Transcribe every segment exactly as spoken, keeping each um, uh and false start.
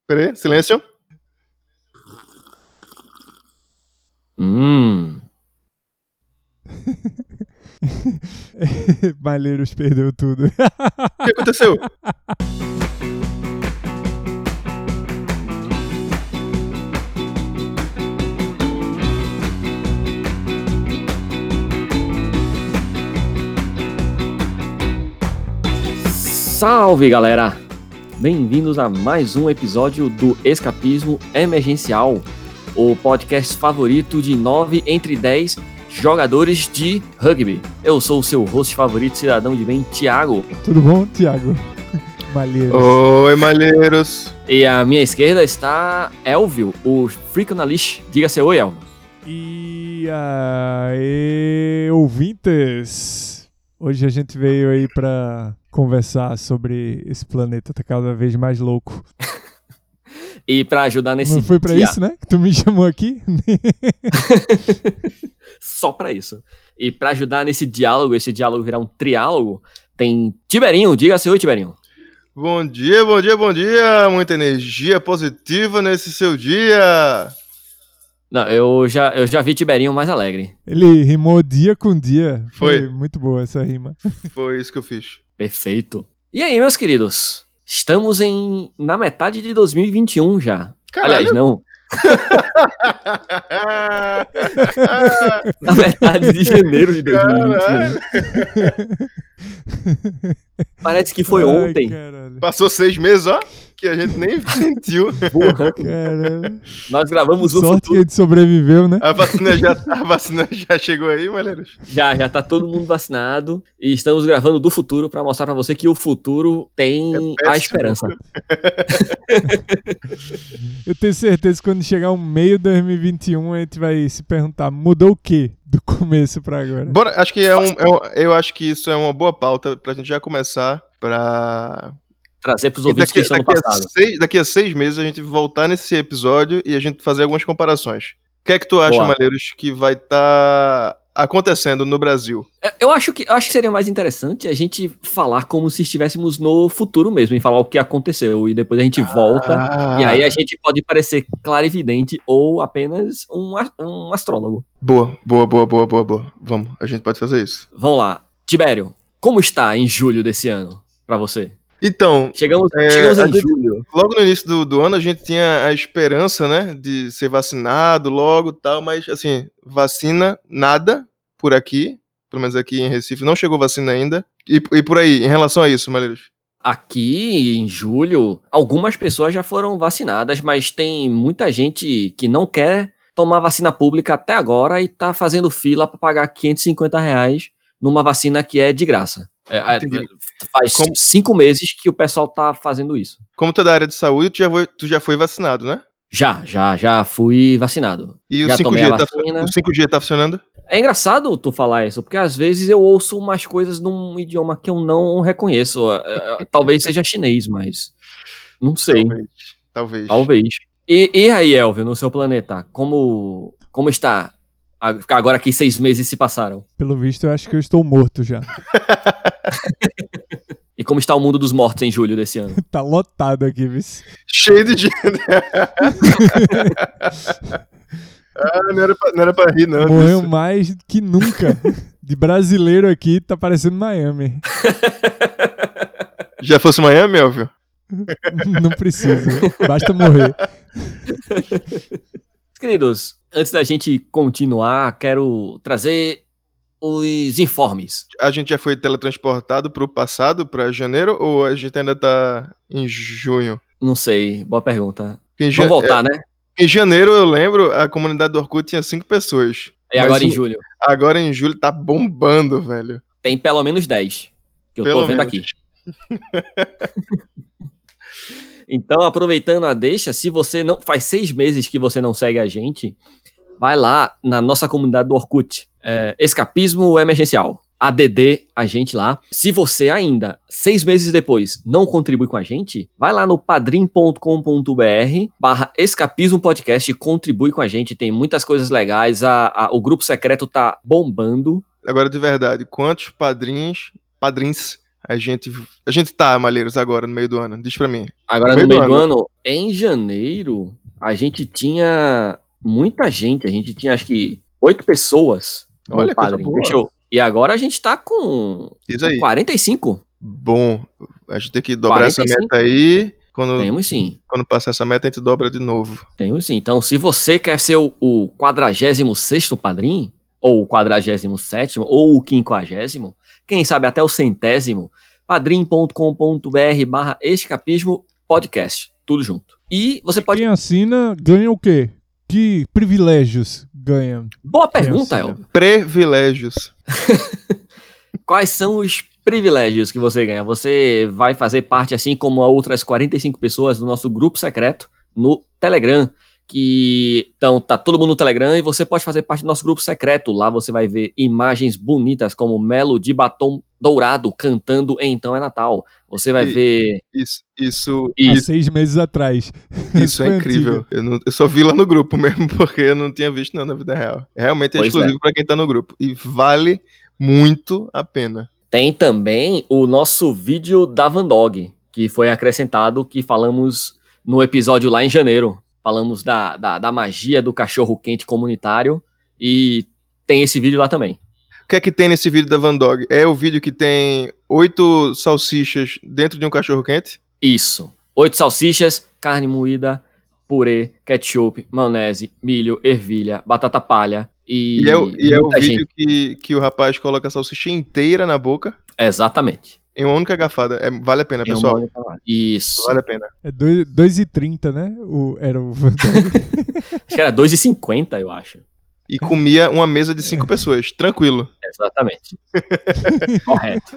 Peraí, silêncio. Hum. Malheiros perdeu tudo. O que aconteceu? Salve, galera! Bem-vindos a mais um episódio do Escapismo Emergencial, o podcast favorito de nove entre dez jogadores de rugby. Eu sou o seu host favorito, cidadão de bem, Thiago. Tudo bom, Thiago? Malheiros. Oi, malheiros. E à minha esquerda está Elvio, o Freak on a Leash. Diga seu oi, Elvio. E aí, ouvintes! Hoje a gente veio aí pra conversar sobre esse planeta tá cada vez mais louco. E pra ajudar nesse Não foi pra dia... isso, né? Que tu me chamou aqui? Só pra isso. E pra ajudar nesse diálogo, esse diálogo virar um triálogo, tem Tiberinho. Diga seu oi, Tiberinho. Bom dia, bom dia, bom dia. Muita energia positiva nesse seu dia. Não, eu já, eu já vi Tiberinho mais alegre. Ele rimou dia com dia. Foi. Foi muito boa essa rima. Foi isso que eu fiz. Perfeito. E aí, meus queridos? Estamos em, na metade de dois mil e vinte e um já. Caralho. Aliás, não. Na metade de janeiro de dois mil e vinte e um. Parece que foi Ai, ontem. Caralho. Passou seis meses, ó, que a gente nem sentiu. Porra. Caralho. Nós gravamos o Sorte que a futuro. gente sobreviveu, né? A vacina já, a vacina já chegou aí, malheiros? Já, já tá todo mundo vacinado. E estamos gravando do futuro pra mostrar pra você que o futuro tem É péssimo. a esperança. Eu tenho certeza que quando chegar o meio de dois mil e vinte e um, a gente vai se perguntar, mudou o quê do começo pra agora? Bora, acho que é um, é um- eu acho que isso é uma boa pauta pra gente já começar pra... Trazer pros E ouvintes que daqui, estão no daqui, a passado. seis, daqui a seis meses a gente voltar nesse episódio e a gente fazer algumas comparações. O que é que tu acha, Boa. malheiros, que vai estar acontecendo no Brasil? É, Eu acho que, eu acho que seria mais interessante a gente falar como se estivéssemos no futuro mesmo, e falar o que aconteceu, e depois a gente volta, Ah, e aí a gente pode parecer clarividente ou apenas um, a- um astrólogo. Boa, boa, boa, boa, boa, boa. Vamos, a gente pode fazer isso. Vamos lá. Tibério, como está em julho desse ano pra você? Então, Chegamos, É, chegamos a em gente- julho. logo no início do, do ano a gente tinha a esperança, né, de ser vacinado logo e tal, mas assim, vacina, nada por aqui, pelo menos aqui em Recife, não chegou vacina ainda. E, e por aí, em relação a isso, malheiros? Aqui em julho, algumas pessoas já foram vacinadas, mas tem muita gente que não quer tomar vacina pública até agora e tá fazendo fila para pagar quinhentos e cinquenta reais numa vacina que é de graça. É, é, Entendi. faz Como- cinco meses que o pessoal tá fazendo isso. Como tu é da área de saúde, tu já foi, tu já foi vacinado, né? Já, já, já fui vacinado. E o Já tomei 5G, a tá, vacina. o cinco G tá funcionando? É engraçado tu falar isso, porque às vezes eu ouço umas coisas num idioma que eu não reconheço. É, é, Talvez seja chinês, mas não sei. Talvez. Talvez. Talvez. E, e aí, Elvio, no seu planeta, como, como está? A- Agora que seis meses se passaram. Pelo visto, eu acho que eu estou morto já. E como está o mundo dos mortos em julho desse ano? Tá lotado aqui, viu? Cheio de gente. Ah, não era pra, não era pra rir, não. Morreu disso. mais que nunca. De brasileiro aqui, tá parecendo Miami. Já fosse Miami, Elvio? Não precisa, basta morrer. Queridos, antes da gente continuar, quero trazer os informes. A gente já foi teletransportado pro passado, pra janeiro, ou a gente ainda tá em junho? Não sei, boa pergunta. Em, ja- Vamos voltar, né? é, em janeiro, eu lembro, a comunidade do Orkut tinha cinco pessoas. E Mas agora em o- julho? Agora em julho tá bombando, velho. Tem pelo menos dez, que eu Pelo tô vendo menos. aqui. Então, aproveitando a deixa, se você não faz seis meses que você não segue a gente, vai lá na nossa comunidade do Orkut, é, Escapismo Emergencial, A D D, a gente lá. Se você ainda, seis meses depois, não contribui com a gente, vai lá no padrim.com.br barra Escapismo Podcast e contribui com a gente, tem muitas coisas legais, a, a- o grupo secreto tá bombando. Agora, de verdade, quantos padrinhos, padrinhos a gente, a gente tá, Malheiros, agora, no meio do ano? Diz pra mim. Agora, no meio do ano, em janeiro, a gente tinha muita gente. A gente tinha, acho que, oito pessoas. Olha, coisa boa. Fechou. E agora a gente tá com Diz aí. quarenta e cinco. Bom, a gente tem que dobrar quarenta e cinco. Essa meta aí. Quando, Temos sim. Quando passar essa meta, a gente dobra de novo. Temos sim. Então, se você quer ser o, o quadragésimo sexto padrinho, ou o quadragésimo sétimo, ou o quinquagésimo, quem sabe até o centésimo, padrim.com.br barra escapismo podcast. Tudo junto. E você pode... Quem assina ganha o quê? Que privilégios ganha? Boa pergunta, Elvio. Privilégios. Quais são os privilégios que você ganha? Você vai fazer parte, assim como outras quarenta e cinco pessoas, do nosso grupo secreto no Telegram, que então tá todo mundo no Telegram e você pode fazer parte do nosso grupo secreto. Lá você vai ver imagens bonitas como Melo de batom dourado cantando Então é Natal. Você vai e, ver... Isso, isso... Há isso, seis meses atrás. Isso é incrível. Eu, não, eu só vi lá no grupo mesmo, porque eu não tinha visto não na vida real. Realmente é pois exclusivo é. Para quem tá no grupo. E vale muito a pena. Tem também o nosso vídeo da Van Dog, que foi acrescentado, que falamos no episódio lá em janeiro. Falamos da, da, da magia do cachorro-quente comunitário e tem esse vídeo lá também. O que é que tem nesse vídeo da Van Dog? É o vídeo que tem oito salsichas dentro de um cachorro-quente? Isso. Oito salsichas, carne moída, purê, ketchup, maionese, milho, ervilha, batata palha e... E é, o, e é o vídeo que, que o rapaz coloca a salsicha inteira na boca? Exatamente. Em uma única garfada. É, vale a pena, em pessoal. Isso. Vale a pena. É dois e trinta, né? O, era o... Acho que era dois e cinquenta, eu acho. E comia uma mesa de cinco é. pessoas. Tranquilo. Exatamente. Correto.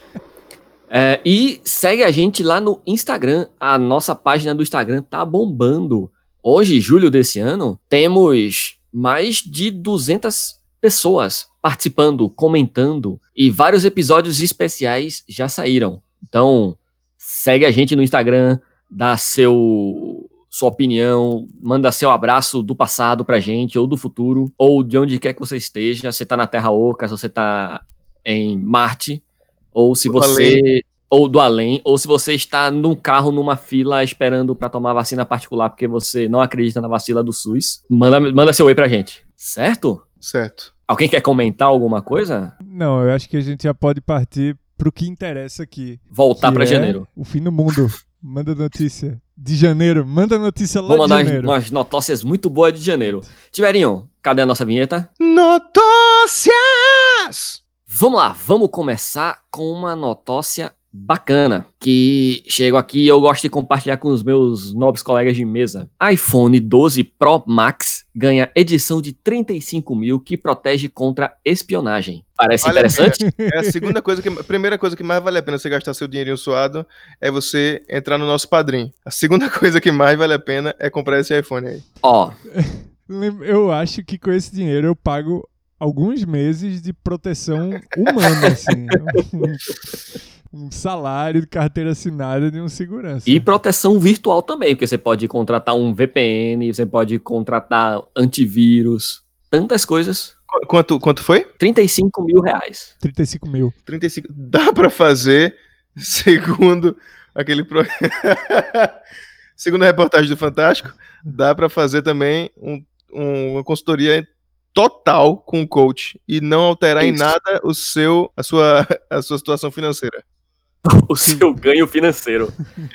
É, e segue a gente lá no Instagram. A nossa página do Instagram tá bombando. Hoje, julho desse ano, temos mais de duzentas pessoas participando, comentando, e vários episódios especiais já saíram. Então, segue a gente no Instagram, dá seu, sua opinião, manda seu abraço do passado pra gente, ou do futuro, ou de onde quer que você esteja, se você tá na Terra Oca, se você tá em Marte, ou se do você... Além. Ou do além, ou se você está num carro, numa fila, esperando para tomar vacina particular, porque você não acredita na vacina do SUS, manda, manda seu oi pra gente, certo? Certo. Alguém quer comentar alguma coisa? Não, eu acho que a gente já pode partir pro que interessa aqui. Voltar para é janeiro. O fim do mundo. Manda notícia. De janeiro. Manda notícia lá Vou de janeiro. Vou mandar umas notícias muito boas de janeiro. Tiberinho, cadê a nossa vinheta? Notócias! Vamos lá, vamos começar com uma notócia bacana, que chego aqui e eu gosto de compartilhar com os meus nobres colegas de mesa. iPhone doze Pro Max ganha edição de trinta e cinco mil que protege contra espionagem. Parece vale interessante? A é a segunda coisa que, a primeira coisa que mais vale a pena você gastar seu dinheirinho suado é você entrar no nosso padrinho. A segunda coisa que mais vale a pena é comprar esse iPhone aí. Ó, eu acho que com esse dinheiro eu pago alguns meses de proteção humana, assim. Um salário de carteira assinada de um segurança. E proteção virtual também, porque você pode contratar um V P N, você pode contratar antivírus, tantas coisas. Qu- Quanto, quanto foi? trinta e cinco mil reais. trinta e cinco mil. trinta e cinco. Dá pra fazer, segundo aquele... Pro... segundo a reportagem do Fantástico, dá pra fazer também um, um, uma consultoria total com o coach e não alterar Isso. em nada o seu, a, sua, a sua situação financeira. O seu ganho financeiro.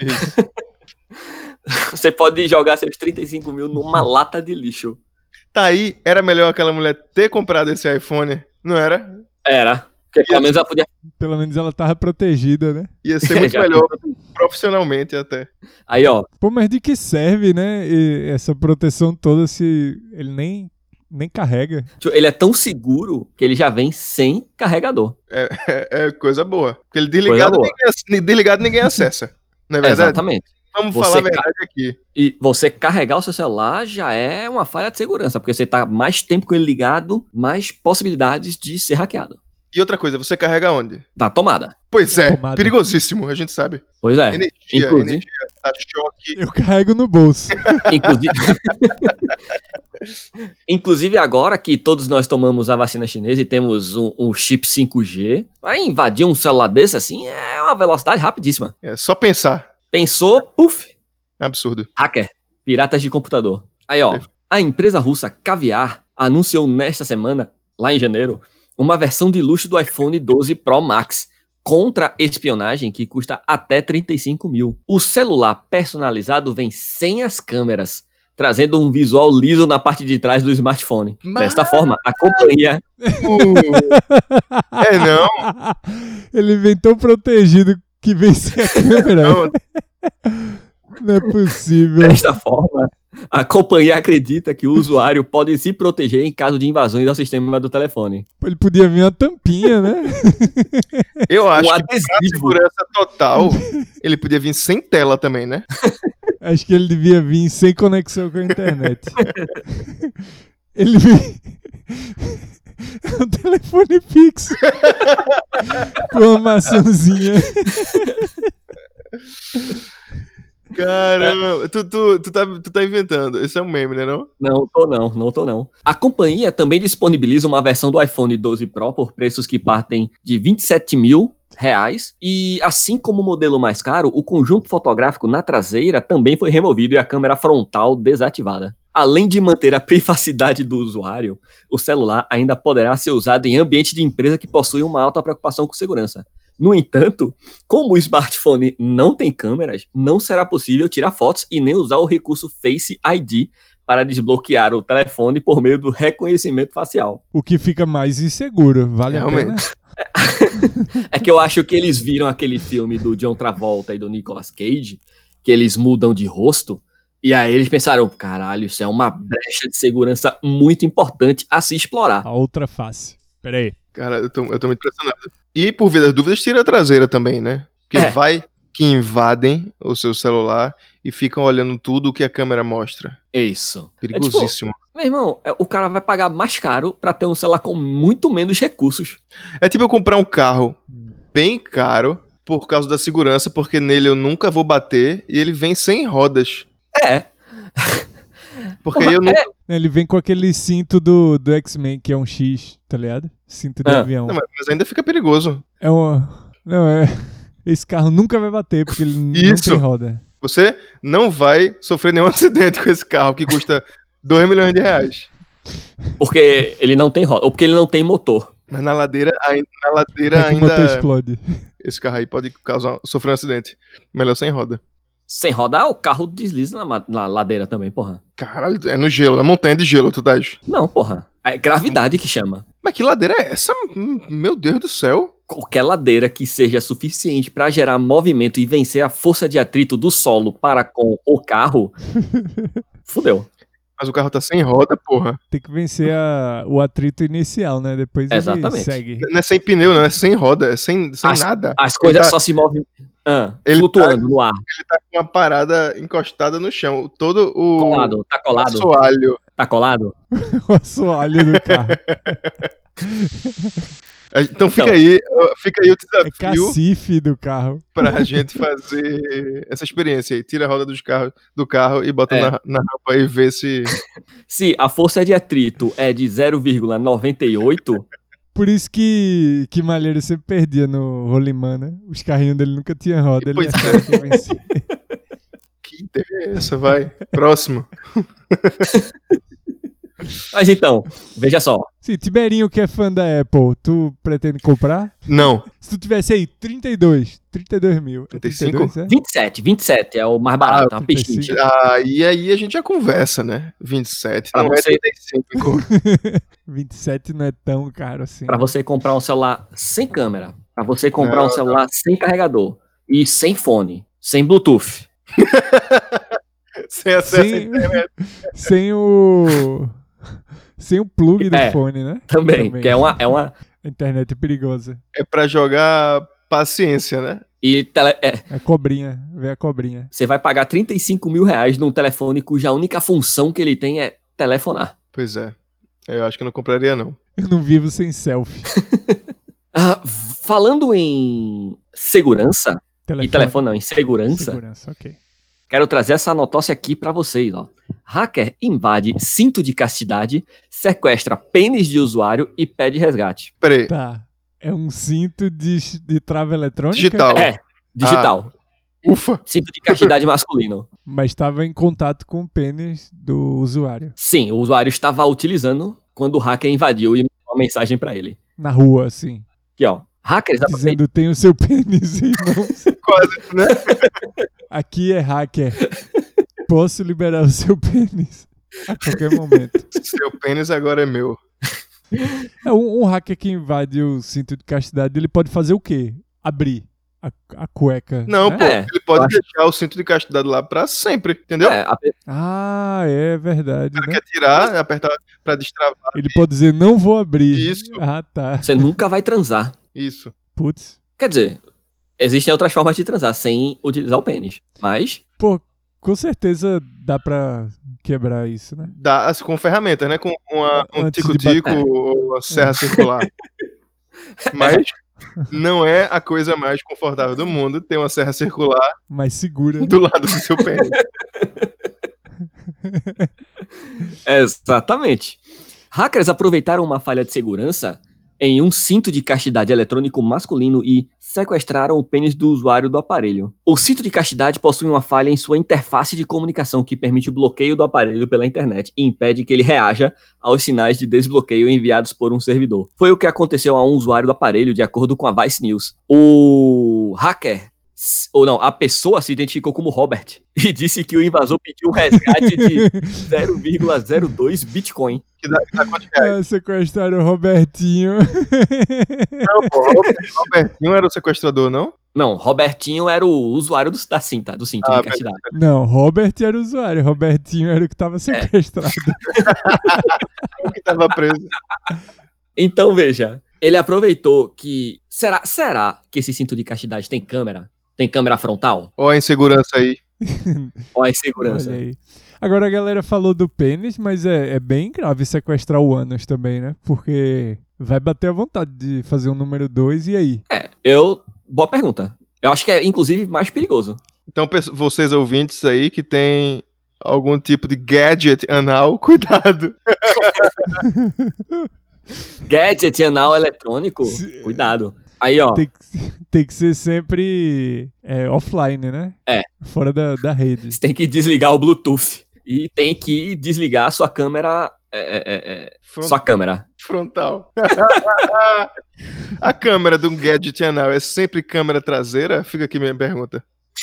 Você pode jogar seus trinta e cinco mil numa lata de lixo. Tá aí, era melhor aquela mulher ter comprado esse iPhone, não era? Era. Porque pelo menos ela podia... Pelo menos ela tava protegida, né? Ia ser muito melhor, profissionalmente até. Aí, ó. Pô, mas de que serve, né? E essa proteção toda se ele nem... Nem carrega. Ele é tão seguro que ele já vem sem carregador. É, é, é coisa boa. Porque ele desligado, ninguém, desligado ninguém acessa. Não é verdade? Exatamente. Vamos você falar a verdade aqui. E você carregar o seu celular já é uma falha de segurança, porque você tá mais tempo com ele ligado, mais possibilidades de ser hackeado. E outra coisa, você carrega onde? Na tomada. Pois é, tomada. Perigosíssimo, a gente sabe. Pois é. Energia, Inclusive, energia, tá choque. Eu carrego no bolso. Inclusive, Inclusive agora que todos nós tomamos a vacina chinesa e temos um, um chip cinco G, vai invadir um celular desse assim é uma velocidade rapidíssima. É só pensar. Pensou, puf, É absurdo. hacker, piratas de computador. Aí ó, a empresa russa Caviar anunciou nesta semana, lá em janeiro, uma versão de luxo do iPhone doze Pro Max contra espionagem que custa até trinta e cinco mil. O celular personalizado vem sem as câmeras, trazendo um visual liso na parte de trás do smartphone. Mas... Desta forma, a companhia... É não? Ele vem tão protegido que vem sem a câmera. Não. Não é possível. Desta forma, a companhia acredita que o usuário pode se proteger em caso de invasões ao sistema do telefone. Ele podia vir uma tampinha, né? Eu acho Um que pra adesivo. segurança total, ele podia vir sem tela também, né? Acho que ele devia vir sem conexão com a internet. Ele vem... É um telefone fixo. Com uma maçãzinha. Caramba, tu, tu, tu, tá, tu tá inventando. Esse é um meme, né não? Não tô não, não tô não. A companhia também disponibiliza uma versão do iPhone doze Pro por preços que partem de vinte e sete mil reais. E assim como o modelo mais caro, o conjunto fotográfico na traseira também foi removido e a câmera frontal desativada. Além de manter a privacidade do usuário, o celular ainda poderá ser usado em ambiente de empresa que possui uma alta preocupação com segurança. No entanto, como o smartphone não tem câmeras, não será possível tirar fotos e nem usar o recurso Face I D para desbloquear o telefone por meio do reconhecimento facial. O que fica mais inseguro, vale Realmente. a pena? É que eu acho que eles viram aquele filme do John Travolta e do Nicolas Cage, que eles mudam de rosto, e aí eles pensaram, caralho, isso é uma brecha de segurança muito importante a se explorar. A outra face. Pera aí. Cara, eu tô, eu tô muito impressionado. E por via das dúvidas, tira a traseira também, né? Porque É. vai que invadem o seu celular e ficam olhando tudo o que a câmera mostra. Isso. Perigosíssimo. É tipo, meu irmão, é, o cara vai pagar mais caro pra ter um celular com muito menos recursos. É tipo eu comprar um carro bem caro por causa da segurança, porque nele eu nunca vou bater e ele vem sem rodas. É. Porque Porra, eu nunca... é. Ele vem com aquele cinto do, do X-Men, que é um X, tá ligado? Cinto de Ah. avião. Não, mas mas ainda fica perigoso. É uma... Não, é... Esse carro nunca vai bater, porque ele Isso. não tem roda. Você não vai sofrer nenhum acidente com esse carro que custa dois milhões de reais. Porque ele não tem roda, ou porque ele não tem motor. Mas na ladeira, ai- na ladeira É que o motor ainda... explode. Esse carro aí pode causar, sofrer um acidente. Melhor sem roda. Sem rodar, o carro desliza na, ma- na ladeira também, porra. Caralho, é no gelo, é montanha de gelo, tu tá? Não, porra. É gravidade que chama. Mas que ladeira é essa? Hum, Meu Deus do céu. Qualquer ladeira que seja suficiente para gerar movimento e vencer a força de atrito do solo para com o carro, fudeu. Mas o carro tá sem roda, porra. Tem que vencer a- o atrito inicial, né? Depois Exatamente. ele segue. Não é sem pneu, não, é sem roda, é sem, sem As- nada. As coisas Ele tá- só se movem ah, Ele flutuando no ar. Ele tá com uma parada encostada no chão. Todo o Colado, tá colado, assoalho. tá colado. O assoalho do carro. Então fica Então. aí, ó, fica aí o É desafio cacife do carro. pra gente fazer essa experiência aí. Tira a roda dos carro, do carro e bota É. na, na rampa e vê se... Se a força de atrito é de zero vírgula noventa e oito, Por isso que, que Malheiro sempre perdia no rolimã, né? Os carrinhos dele nunca tinham roda. Ele Pois achava que ia vencer. Que ideia é essa? Vai. Próximo. mas então, veja só. Sim, Tiberinho que é fã da Apple, tu pretende comprar? Não. Se tu tivesse aí trinta e dois, trinta e dois mil. trinta e cinco? trinta e dois, é? vinte e sete, vinte e sete é o mais barato, Ah, uma trinta e pechincha. cinco. Ah, e aí a gente já conversa, né? vinte e sete. Pra Não é você- trinta e cinco. vinte e sete não é tão caro assim. Pra você comprar um celular sem câmera, pra você comprar Não, um celular sem carregador e sem fone, sem Bluetooth. Sem acesso à Sem, internet. sem o. Sem o plug do É. fone, né? Também, Também. que é uma, é uma A internet é perigosa. É pra jogar paciência, né? e tele- é, É cobrinha, vê a cobrinha. você vai pagar trinta e cinco mil reais num telefone cuja única função que ele tem é telefonar. Pois é. Eu acho que eu não compraria, não. Eu não vivo sem selfie. Ah, falando em segurança, Telefone. e telefone não, em segurança, Segurança, ok. Quero trazer essa notócia aqui pra vocês, ó. Hacker invade cinto de castidade, sequestra pênis de usuário e pede resgate. Peraí. Tá. É um cinto de, de trava eletrônica? Digital. É, digital. Ufa. Cinto de castidade masculino. Mas estava em contato com o pênis do usuário. Sim, o usuário estava utilizando quando o hacker invadiu e mandou uma mensagem pra ele. Na rua, assim. Aqui, ó. Hackers aproveitam... Dizendo, tem o seu pênis em mãos. Quase, né? Aqui é hacker. Posso liberar o seu pênis a qualquer momento. Seu pênis agora é meu. É, um, um hacker que invade o cinto de castidade, ele pode fazer o quê? Abrir a, a cueca. Não, né? pô, É, ele pode eu acho- deixar o cinto de castidade lá pra sempre, entendeu? É, a- Ah, é verdade, O cara né? quer tirar, apertar pra destravar. Ele pode dizer, não vou abrir. Isso. Ah, tá. você nunca vai transar. Isso. Putz. Quer dizer, existem outras formas de transar sem utilizar o pênis. Mas, Pô, com certeza dá pra quebrar isso, né? Dá, assim, com ferramentas, né? Com uma, um Antes de tico-tico bater. ou a serra circular. Mas não é a coisa mais confortável do mundo ter uma serra circular Mais segura. do lado do seu pênis. exatamente. Hackers aproveitaram uma falha de segurança em um cinto de castidade eletrônico masculino e sequestraram o pênis do usuário do aparelho. O cinto de castidade possui uma falha em sua interface de comunicação que permite o bloqueio do aparelho pela internet e impede que ele reaja aos sinais de desbloqueio enviados por um servidor. Foi o que aconteceu a um usuário do aparelho, de acordo com a Vice News. O hacker, ou não, a pessoa se identificou como Robert e disse que o invasor pediu um resgate de zero vírgula zero dois Bitcoin. Que dá, que dá quantos reais? Ah, sequestraram o Robertinho. Não, pô, Robert- Robertinho era o sequestrador, não? Não, Robertinho era o usuário do, da cinta, do cinto Ah, de castidade. Não, Robert era o usuário. Robertinho era o que tava sequestrado. O que tava preso. Então, veja, ele aproveitou que... Será, será que esse cinto de castidade tem câmera? Tem câmera frontal? Ó a insegurança aí. Ou a segurança? Olha aí. Agora a galera falou do pênis, mas é, é bem grave sequestrar o ânus também, né? Porque vai bater a vontade de fazer um número dois e aí? É, eu... Boa pergunta. Eu acho que é, inclusive, mais perigoso. Então, pesso- vocês ouvintes aí que tem algum tipo de gadget anal, cuidado. Gadget anal eletrônico, Se- cuidado. Aí, ó, Tem que, tem que ser sempre é, offline, né? É. Fora da, da rede. você tem que desligar o Bluetooth e tem que desligar a sua câmera... é, é, é, é, Front- sua câmera. Frontal. A câmera de um gadget anal é sempre câmera traseira? Fica aqui minha pergunta.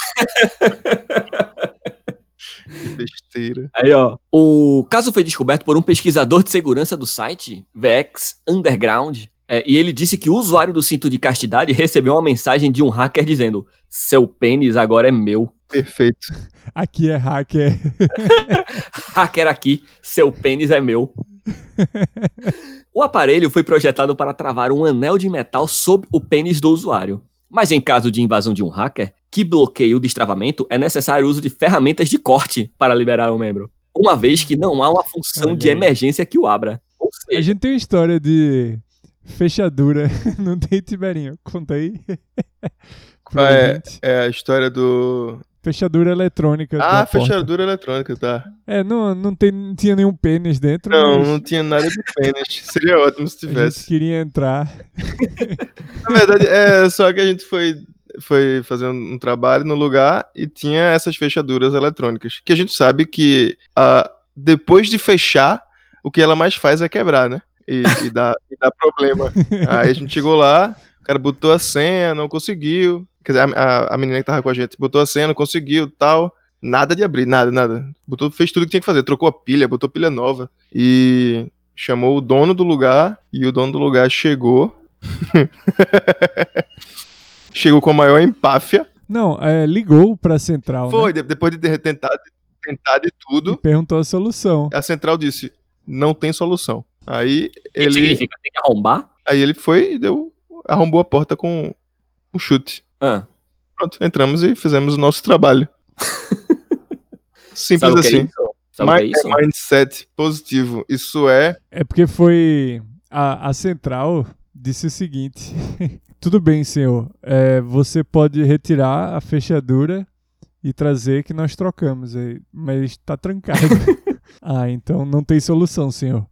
Que besteira. Aí, ó. O caso foi descoberto por um pesquisador de segurança do site V X Underground. É, e ele disse que o usuário do cinto de castidade recebeu uma mensagem de um hacker dizendo: seu pênis agora é meu. Perfeito. Aqui é hacker. Hacker aqui, seu pênis é meu. O aparelho foi projetado para travar um anel de metal sob o pênis do usuário. Mas em caso de invasão de um hacker que bloqueie o destravamento, é necessário o uso de ferramentas de corte para liberar o membro, uma vez que não há uma função Olha de aí. emergência que o abra. Ou A seja, gente tem uma história de fechadura. Não tem, Tiberinho? Conta aí. Pro É, ouvinte. é a história do. Fechadura eletrônica. Ah, da porta. fechadura eletrônica, tá. É, não, não, tem, não tinha nenhum pênis dentro. Não, mas não tinha nada de pênis. Seria ótimo se a gente tivesse. queria entrar. Na verdade, é só que a gente foi, foi fazer um, um trabalho no lugar e tinha essas fechaduras eletrônicas. Que a gente sabe que ah, depois de fechar, o que ela mais faz é quebrar, né? E, e, dá, e dá problema. Aí a gente chegou lá, o cara botou a senha, não conseguiu. Quer dizer, a, a, a menina que tava com a gente botou a senha, não conseguiu, tal. Nada de abrir, nada, nada. Botou, fez tudo que tinha que fazer. Trocou a pilha, botou pilha nova. E chamou o dono do lugar. E o dono do lugar chegou. Chegou com a maior empáfia. Não, é, ligou pra central, Foi, né? de- depois de ter tentado, tentar de E tudo, perguntou a solução. a central disse, não tem solução. Aí o que ele, significa? Tem que arrombar? aí ele foi e deu, arrombou a porta com um chute. Ah, Pronto, entramos e fizemos o nosso trabalho. Simples sabe o que é assim. isso? Sabe o que é Mind- isso? é mindset positivo. Isso é. É porque foi. A, a central disse o seguinte: tudo bem, senhor. É, você pode retirar a fechadura e trazer que nós trocamos. Aí, mas tá trancado. Ah, então não tem solução, senhor.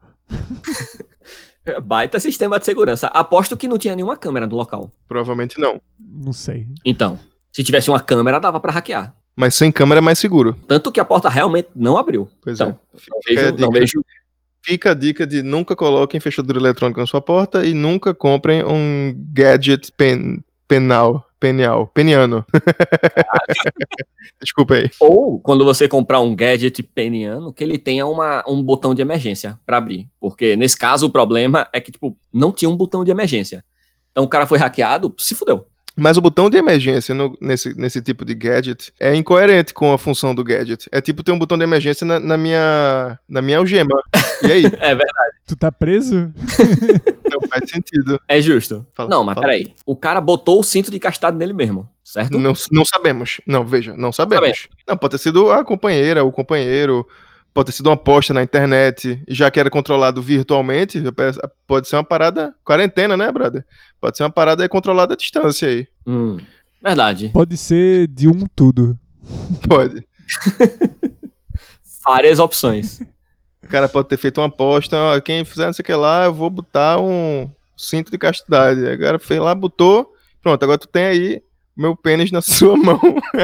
Baita sistema de segurança. Aposto que não tinha nenhuma câmera no local. Provavelmente não. Não sei. Então, se tivesse uma câmera, dava pra hackear. Mas sem câmera é mais seguro. Tanto que a porta realmente não abriu. Pois então, é. não Fica a vejo, não dica. vejo. Fica a dica de nunca coloquem fechadura eletrônica na sua porta e nunca comprem um gadget pen, penal. Penial. Peniano. Desculpa aí. Ou, quando você comprar um gadget peniano, que ele tenha uma, um botão de emergência pra abrir. Porque, nesse caso, o problema é que, tipo, não tinha um botão de emergência. Então, o cara foi hackeado, se fudeu. Mas o botão de emergência no- nesse, nesse tipo de gadget é incoerente com a função do gadget. É tipo ter um botão de emergência na, na minha, na minha algema. E aí? É verdade. Tu tá preso? Não faz sentido. É justo. Fala, não, mas fala. peraí. O cara botou o cinto de castado nele mesmo, certo? Não, não sabemos. Não, veja, não sabemos. Não, pode ter sido a companheira, o companheiro, pode ter sido uma aposta na internet, já que era controlado virtualmente, pode ser uma parada, quarentena, né, brother? Pode ser uma parada aí controlada à distância aí. Hum, verdade. Pode ser de um tudo. Pode. Várias opções. O cara pode ter feito uma aposta, ó, quem fizer não sei o que lá, eu vou botar um cinto de castidade. Aí o cara fez lá, botou, pronto, agora tu tem aí meu pênis na sua mão.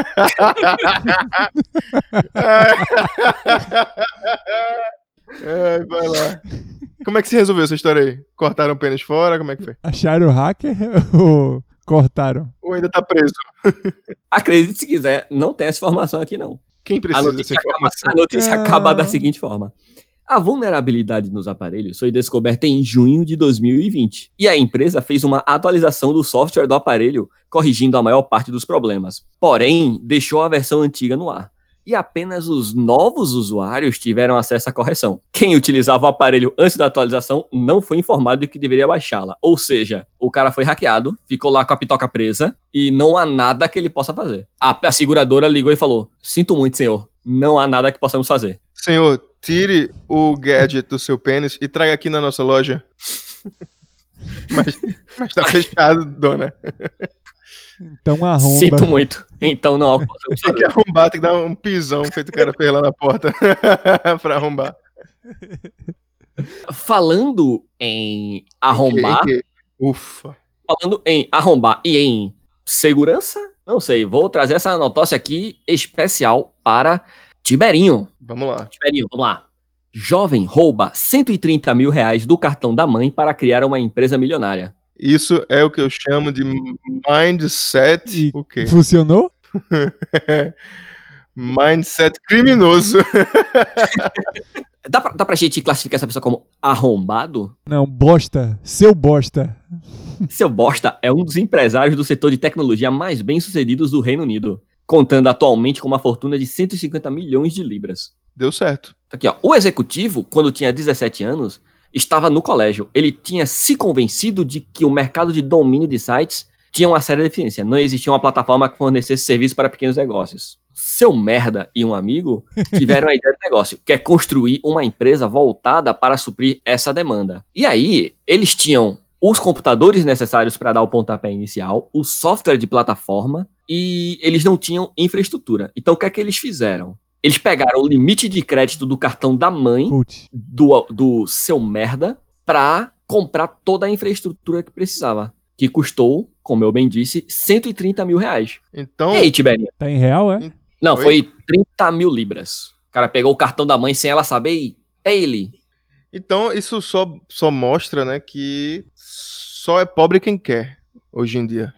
Ai, vai lá. Como é que se resolveu essa história aí? Cortaram o pênis fora? Como é que foi? Acharam o hacker ou cortaram? Ou ainda tá preso? Acredite se quiser, não tem essa informação aqui, não. Quem A precisa dessa notícia, acaba, informação? a notícia Ah. acaba da seguinte forma. A vulnerabilidade nos aparelhos foi descoberta em junho de dois mil e vinte. E a empresa fez uma atualização do software do aparelho, corrigindo a maior parte dos problemas. Porém, deixou a versão antiga no ar. E apenas os novos usuários tiveram acesso à correção. Quem utilizava o aparelho antes da atualização não foi informado de que deveria baixá-la. Ou seja, o cara foi hackeado, ficou lá com a pitoca presa e não há nada que ele possa fazer. A, a seguradora ligou e falou: sinto muito, senhor, não há nada que possamos fazer. Senhor, tire o gadget do seu pênis e traga aqui na nossa loja. mas, mas tá fechado, dona. Então arromba. Sinto muito. Então não há o que possamos Tem que fazer. arrombar, tem que dar um pisão feito o cara fez lá na porta pra arrombar. Falando em arrombar, Que- que- Ufa. falando em arrombar e em segurança, não sei, vou trazer essa notícia aqui especial para Tiberinho. Vamos lá. Tiberinho, vamos lá. Jovem rouba cento e trinta mil reais do cartão da mãe para criar uma empresa milionária. Isso é o que eu chamo de mindset. E O quê? funcionou? Mindset criminoso. Dá pra, dá pra gente classificar essa pessoa como arrombado? Não, bosta. Seu bosta. Seu bosta é um dos empresários do setor de tecnologia mais bem-sucedidos do Reino Unido, contando atualmente com uma fortuna de cento e cinquenta milhões de libras. Deu certo. Aqui, ó. O executivo, quando tinha dezessete anos, estava no colégio. Ele tinha se convencido de que o mercado de domínio de sites tinha uma séria deficiência. Não existia uma plataforma que fornecesse serviço para pequenos negócios. Seu merda e um amigo tiveram a ideia do negócio, que é construir uma empresa voltada para suprir essa demanda. E aí, eles tinham os computadores necessários para dar o pontapé inicial, o software de plataforma, e eles não tinham infraestrutura. Então, o que é que eles fizeram? Eles pegaram o limite de crédito do cartão da mãe, Putz. do, do seu merda, para comprar toda a infraestrutura que precisava, que custou, como eu bem disse, cento e trinta mil reais. Então, E aí, Tiberinho? Tá em real, é? Não, Oi? foi trinta mil libras. O cara pegou o cartão da mãe sem ela saber e... É ele. então isso só, só mostra, né, que só é pobre quem quer, hoje em dia.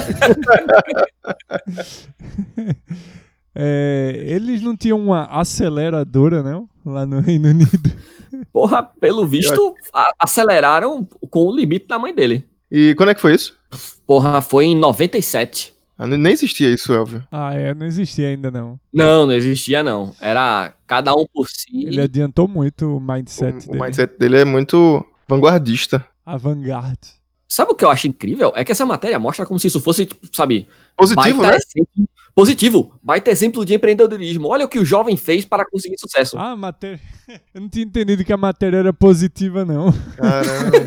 É, eles não tinham uma aceleradora, não? Lá no Reino Unido. Porra, pelo visto, a- aceleraram com o limite da mãe dele. E quando é que foi isso? Porra, foi em noventa e sete. Ah, nem existia isso, Elvio. Ah, é, não existia ainda, não. Não, não existia não. Era cada um por si. Ele adiantou muito o mindset O, o dele. mindset dele é muito vanguardista. Avant-garde. Sabe o que eu acho incrível? É que essa matéria mostra como se isso fosse, tipo, sabe... Positivo, baita né? exemplo- positivo. Baita exemplo de empreendedorismo. Olha o que o jovem fez para conseguir sucesso. Ah, a matéria... Eu não tinha entendido que a matéria era positiva, não. Caramba.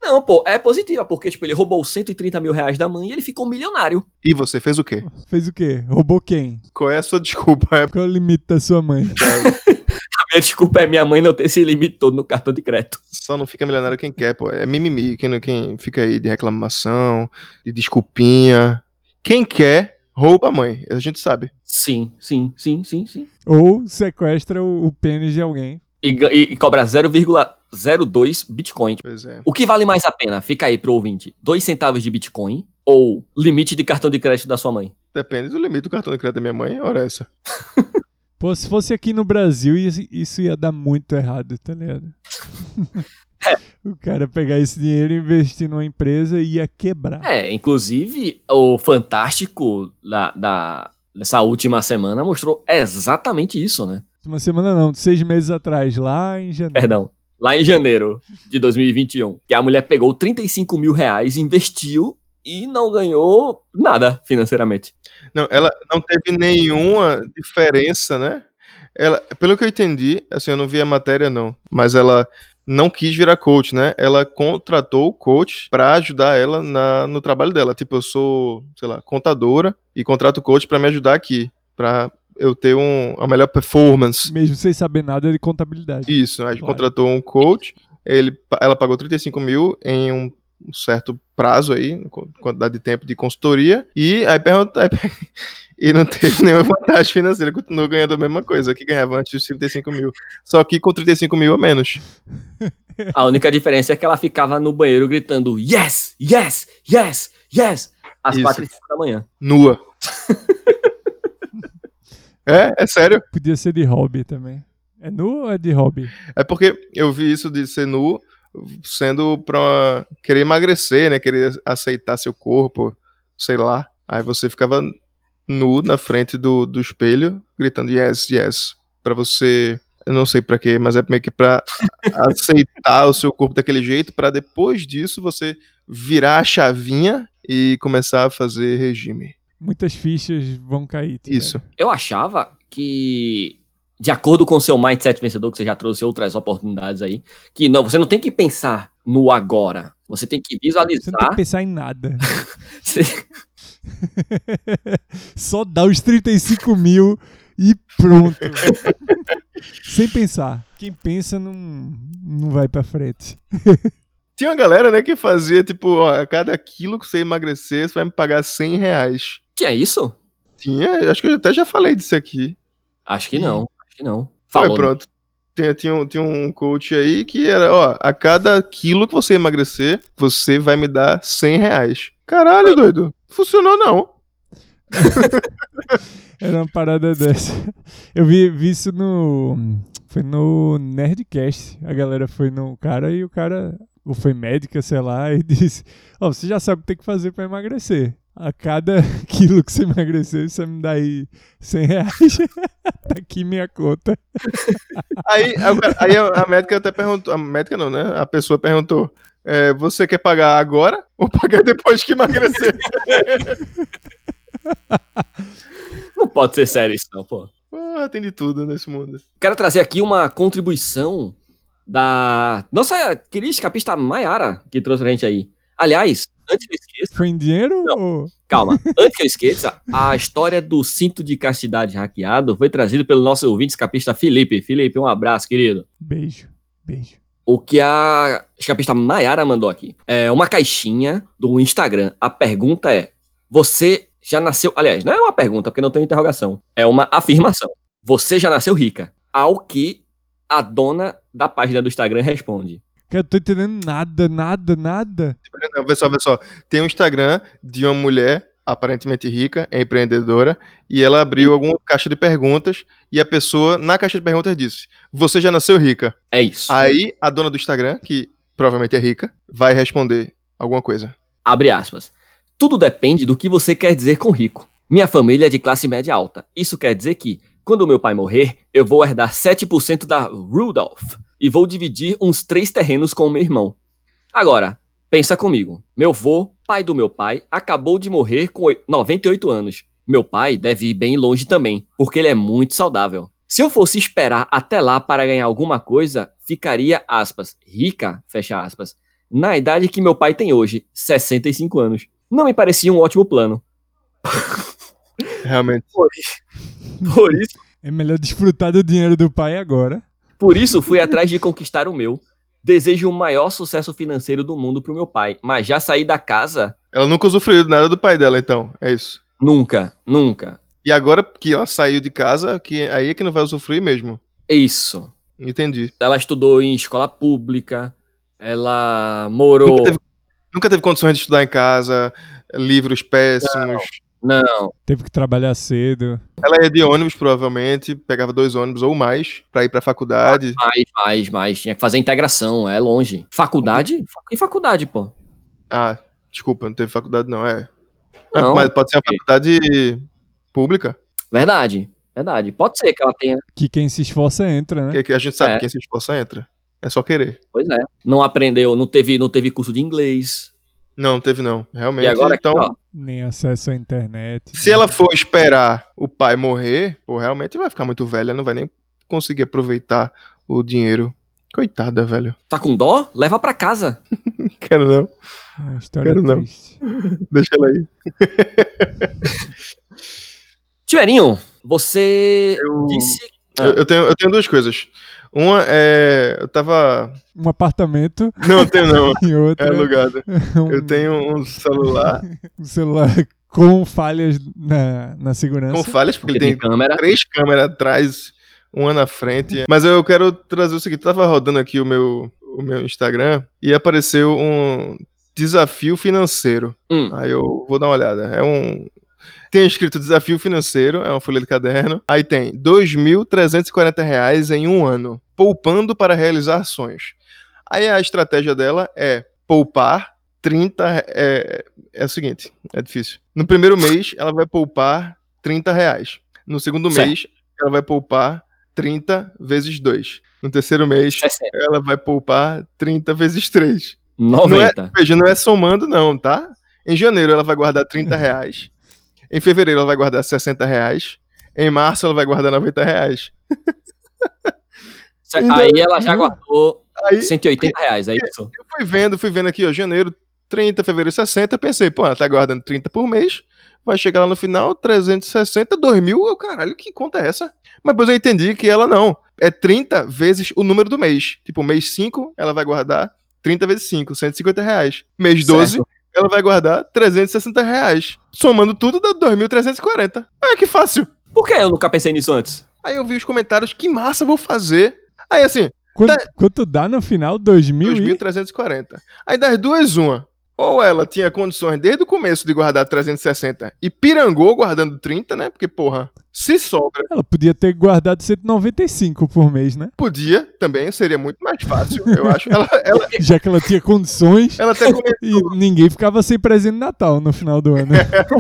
Não, pô, é positiva, porque tipo, ele roubou cento e trinta mil reais da mãe e ele ficou milionário. E você fez o quê? Fez o quê? Roubou quem? Qual é a sua desculpa? Qual é o limite da sua mãe? A minha desculpa é minha mãe não ter esse limite todo no cartão de crédito. Só não fica milionário quem quer, pô. É mimimi. Quem, não- quem fica aí de reclamação, de desculpinha. Quem quer, rouba a mãe. A gente sabe. Sim, sim, sim, sim, sim. Ou sequestra o, o pênis de alguém. E, ga- e- e cobra zero vírgula zero dois Bitcoin. Pois é. O que vale mais a pena? Fica aí pro ouvinte. dois centavos de Bitcoin ou limite de cartão de crédito da sua mãe? Depende do limite do cartão de crédito da minha mãe. Ora essa. Pô, se fosse aqui no Brasil, isso, isso ia dar muito errado, tá ligado? O cara pegar esse dinheiro e investir numa empresa ia quebrar. É, inclusive, o Fantástico da, da, dessa última semana mostrou exatamente isso, né? Uma semana não, seis meses atrás, lá em janeiro. Perdão. Lá em janeiro de dois mil e vinte e um, que a mulher pegou trinta e cinco mil reais, investiu e não ganhou nada financeiramente. Não, ela não teve nenhuma diferença, né? Ela, pelo que eu entendi, assim, eu não vi a matéria não, mas ela não quis virar coach, né? Ela contratou o coach pra ajudar ela na, no trabalho dela. Tipo, eu sou, sei lá, contadora e contrato o coach pra me ajudar aqui, pra eu ter um, a melhor performance. Mesmo sem saber nada de contabilidade. Isso, a gente Claro. contratou um coach, ele, ela pagou trinta e cinco mil em um um certo prazo aí, quantidade de tempo de consultoria, e aí pergunta, aí, e não teve nenhuma vantagem financeira, continuou ganhando a mesma coisa que ganhava antes dos trinta e cinco mil, só que com trinta e cinco mil a menos. A única diferença é que ela ficava no banheiro gritando yes, yes, yes, yes, às Isso. quatro e cinco da manhã. Nua. É, é sério. Podia ser de hobby também. É nu ou é de hobby? É porque eu vi isso de ser nu sendo pra querer emagrecer, né? Querer aceitar seu corpo, sei lá. Aí você ficava nu na frente do, do espelho, gritando yes, yes. Pra você, eu não sei pra quê, mas é meio que pra aceitar o seu corpo daquele jeito, pra depois disso você virar a chavinha e começar a fazer regime. Muitas fichas vão cair. tá Isso. ligado? Eu achava que, de acordo com o seu mindset vencedor, que você já trouxe outras oportunidades aí, que não, você não tem que pensar no agora. Você tem que Você não tem que visualizar. pensar em nada. Você- Só dá os trinta e cinco mil e pronto. Sem pensar. Quem pensa não, não vai pra frente. Tinha uma galera, né, que fazia, tipo, ó, a cada quilo que você emagrecer, você vai me pagar cem reais. Que é isso? Tinha, acho que eu até já falei disso aqui. Acho que não. Acho que não. Foi, Falou. pronto. Tinha, tinha, um, tinha um coach aí que era, ó, a cada quilo que você emagrecer, você vai me dar cem reais. Caralho, doido. Funcionou não. Era uma parada dessa. Eu vi, vi isso no... Foi no Nerdcast. A galera foi no cara e o cara... Ou foi médica, sei lá, e disse... Ó, você já sabe o que tem que fazer pra emagrecer. A cada quilo que você emagrecer, você me dá aí cem reais. Tá aqui minha conta. Aí, a, aí a, a médica até perguntou, a médica não, né? A pessoa perguntou, é, você quer pagar agora ou pagar depois que emagrecer? Não pode ser sério isso, não, pô. Porra, tem de tudo nesse mundo. Quero trazer aqui uma contribuição da nossa querida escapista Mayara, que trouxe pra gente aí. Aliás, antes que eu esqueça, Foi em dinheiro Não. ou... calma, antes que eu esqueça, a história do cinto de castidade hackeado foi trazida pelo nosso ouvinte escapista Felipe. Felipe, um abraço, querido. Beijo, beijo. O que a escapista Mayara mandou aqui é uma caixinha do Instagram. A pergunta é: você já nasceu... Aliás, não é uma pergunta, porque não tem interrogação. É uma afirmação. Você já nasceu rica? Ao que a dona da página do Instagram responde: Cara, eu tô entendendo nada, nada, nada. Não, vê só, vê só. Tem um Instagram de uma mulher aparentemente rica, é empreendedora, e ela abriu alguma caixa de perguntas e a pessoa, na caixa de perguntas, disse: você já nasceu rica? É isso. Aí a dona do Instagram, que provavelmente é rica, vai responder alguma coisa. Abre aspas. Tudo depende do que você quer dizer com rico. Minha família é de classe média alta. Isso quer dizer que, quando meu pai morrer, eu vou herdar sete por cento da Rudolph e vou dividir uns três terrenos com o meu irmão. Agora, pensa comigo. Meu avô, pai do meu pai, acabou de morrer com noventa e oito anos. Meu pai deve ir bem longe também, porque ele é muito saudável. Se eu fosse esperar até lá para ganhar alguma coisa, ficaria, aspas, rica, fecha aspas. na idade que meu pai tem hoje, sessenta e cinco anos. Não me parecia um ótimo plano. Realmente. Por isso, por isso, É melhor desfrutar do dinheiro do pai agora. por isso fui atrás de conquistar o meu. Desejo o maior sucesso financeiro do mundo pro meu pai, mas já saí da casa? Ela nunca usufruiu nada do pai dela, então. É isso. Nunca, nunca. E agora que ela saiu de casa, que aí é que não vai usufruir mesmo. É isso. Entendi. Ela estudou em escola pública, ela morou... Nunca teve, nunca teve condições de estudar em casa, livros péssimos. Não, Teve que trabalhar cedo. Ela ia de ônibus, provavelmente, pegava dois ônibus ou mais pra ir pra faculdade. mais, mais, mais. Tinha que fazer integração, é longe. Faculdade? Que faculdade, pô? Ah, desculpa, não teve faculdade não, é. Não. Mas pode ser uma faculdade pública, Verdade, verdade. Pode ser que ela tenha... Que quem se esforça entra, né? que, que a gente sabe É. que quem se esforça entra. É só querer. Pois é. Não aprendeu, não teve, não teve curso de inglês. Não, teve não. Realmente, E agora, então... aqui, ó, Nem acesso à internet. Se ela for esperar o pai morrer, pô, realmente vai ficar muito velha, não vai nem conseguir aproveitar o dinheiro. Coitada, velho. tá com dó? Leva pra casa. Quero não. É uma história Quero não. triste. Deixa ela aí. Tiberinho, você Eu- disse... Ah. Eu, eu tenho, eu tenho duas coisas. Uma é... Eu tava... Um apartamento Não, eu tenho não. e outra É alugado. um, Eu tenho um celular um celular com falhas na, na segurança. com falhas, porque Porque ele tem tem câmera. três câmeras atrás, uma na frente. Mas eu quero trazer o seguinte, eu tava rodando aqui o meu, o meu Instagram e apareceu um desafio financeiro. Hum. Aí eu vou dar uma olhada. É um... Tem escrito desafio financeiro, é uma folha de caderno. Aí tem dois mil trezentos e quarenta reais em um ano, poupando para realizar sonhos. Aí a estratégia dela é poupar trinta... É, é o seguinte, é difícil. No primeiro mês, ela vai poupar trinta reais. No segundo Certo. mês, ela vai poupar trinta vezes dois. No terceiro mês, sessenta. ela vai poupar trinta vezes três. Não é, noventa. veja, não é somando não, tá? Em janeiro ela vai guardar trinta reais. Em fevereiro ela vai guardar sessenta reais. Em março ela vai guardar noventa reais. Ainda- Aí ela já guardou Aí cento e oitenta reais, é isso? eu fui vendo, fui vendo aqui, ó, janeiro trinta, fevereiro sessenta, pensei, pô, ela tá guardando trinta por mês, vai chegar lá no final, trezentos e sessenta, dois mil, eu, caralho, que conta é essa? Mas depois eu entendi que ela não, é trinta vezes o número do mês. Tipo, mês cinco, ela vai guardar trinta vezes cinco, cento e cinquenta reais. Mês doze, Certo. ela vai guardar trezentos e sessenta reais. Somando tudo dá dois mil trezentos e quarenta. Ah, que fácil. Por que eu nunca pensei nisso antes? Aí eu vi os comentários, que massa, vou fazer. Aí assim, Quanto, Tá. quanto dá no final? dois mil dois mil e... trezentos e quarenta. Aí das duas, uma. Ou ela tinha condições desde o começo de guardar trezentos e sessenta e pirangou guardando trinta, né? Porque, porra, se sobra, Ela podia ter guardado cento e noventa e cinco por mês, né? podia também, seria muito mais fácil, eu acho. Ela, ela, Já que ela tinha condições ela até comentou, e ninguém ficava sem presente de Natal no final do ano.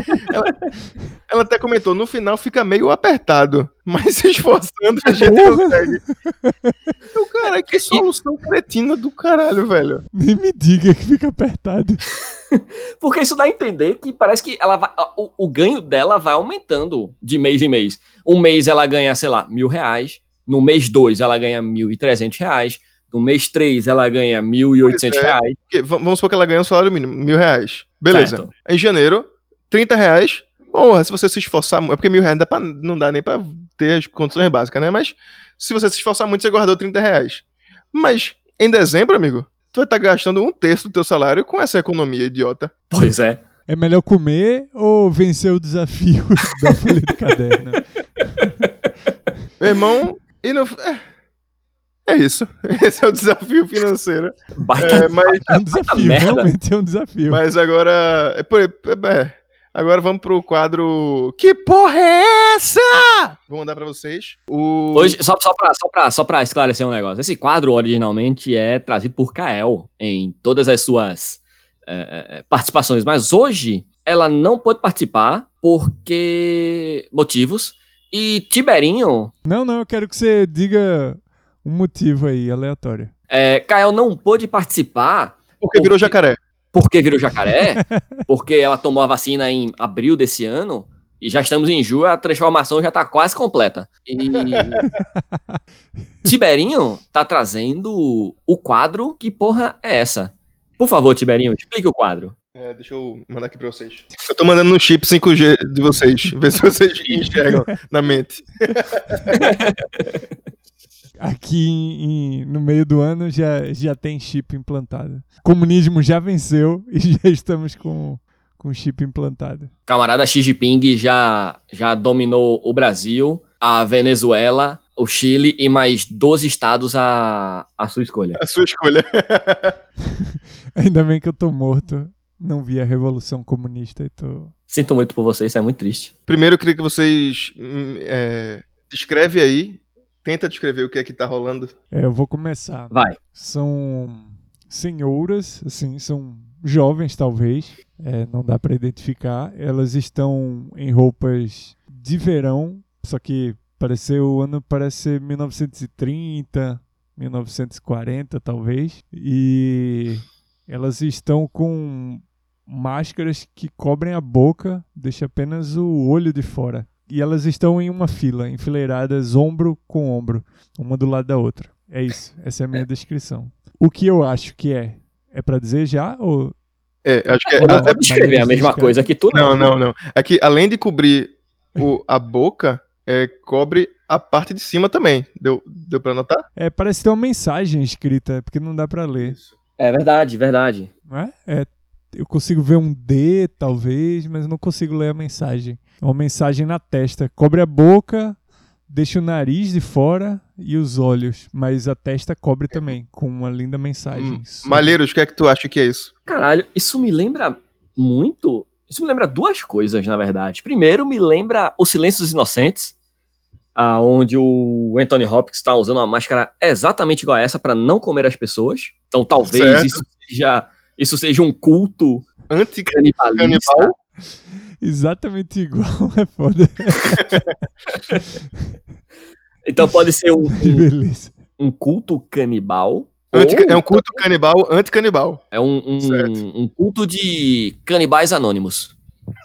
ela até comentou, no final fica meio apertado, mas se esforçando a gente Porra. consegue. Eu, cara, que solução cretina do caralho, velho. Nem me diga que fica apertado. Porque isso dá a entender que parece que ela vai, o, o ganho dela vai aumentando de mês em mês. Um mês ela ganha, sei lá, mil reais. No mês dois ela ganha mil e trezentos reais. No mês três ela ganha mil e oitocentos Pois é. reais. Porque, v- vamos supor que ela ganha um salário mínimo, mil reais. Beleza. Certo. Em janeiro, trinta reais. Porra, se você se esforçar muito. É porque mil reais dá pra, não dá nem pra ter as condições básicas, né? Mas se você se esforçar muito, você guardou trinta reais. Mas em dezembro, amigo, tu vai estar gastando um terço do teu salário com essa economia idiota. Pois é. É melhor comer ou vencer o desafio da folha de caderno? Meu irmão, e não. É, é isso. Esse é o desafio financeiro. Baita, É, mas, É um desafio, merda. realmente é um desafio. mas agora. É, por- é, agora vamos pro quadro. Que porra é essa? Vou mandar pra vocês. O... Hoje, só, só, pra, só, pra, só pra esclarecer um negócio. Esse quadro originalmente é trazido por Kael em todas as suas é, é, participações. Mas hoje ela não pôde participar porque motivos. E Tiberinho, Não, não, eu quero que você diga um motivo aí, aleatório. é, Kael não pôde participar Porque virou jacaré. porque virou jacaré, porque ela tomou a vacina em abril desse ano, e já estamos em julho, a transformação já tá quase completa. E Tiberinho tá trazendo o quadro Que Porra é Essa? Por favor, Tiberinho, explique o quadro. É, deixa eu mandar aqui pra vocês. Eu tô mandando no chip cinco G de vocês, ver se vocês enxergam na mente. Aqui em- em- no meio do ano já, já tem chip implantado. O comunismo já venceu e já estamos com, com chip implantado. Camarada Xi Jinping já, já dominou o Brasil, a Venezuela, o Chile e mais doze estados à, à sua escolha. A sua escolha. Ainda bem que eu tô morto. Não vi a Revolução Comunista e tô... Sinto muito por vocês, isso é muito triste. Primeiro eu queria que vocês hum, é, descreve aí, tenta descrever o que é que tá rolando. É, eu vou começar. Vai. São senhoras, assim, são jovens talvez, é, não dá pra identificar. Elas estão em roupas de verão, só que parece o ano parece ser mil novecentos e trinta, mil novecentos e quarenta talvez. E elas estão com máscaras que cobrem a boca, deixa apenas o olho de fora. E elas estão em uma fila, enfileiradas ombro com ombro, uma do lado da outra. É isso, essa é a minha descrição. O que eu acho que é? É pra dizer já? Ou... É, acho que é, Eu não a- vou descrever a mesma coisa que tu, não, não, não. É que além de cobrir o, a boca, é, cobre a parte de cima também. Deu, deu pra notar? É, parece ter uma mensagem escrita, porque não dá pra ler. É verdade, verdade. Não é? É, eu consigo ver um D, talvez, mas não consigo ler a mensagem. É uma mensagem na testa. Cobre a boca, deixa o nariz de fora e os olhos, mas a testa cobre também, com uma linda mensagem. Hum, Malheiros, o que é que tu acha que é isso? Caralho, isso me lembra muito. Isso me lembra duas coisas, na verdade. Primeiro, me lembra O Silêncio dos Inocentes, ah, onde o Anthony Hopkins está usando uma máscara exatamente igual a essa para não comer as pessoas. Então, talvez Certo. isso seja, isso seja um culto Anticanibalista. canibalista. Exatamente igual, é foda. Então, pode ser um, Que beleza. um culto canibal. Anti- ou é um culto canibal anticanibal. é um, um, Certo. um culto de canibais anônimos.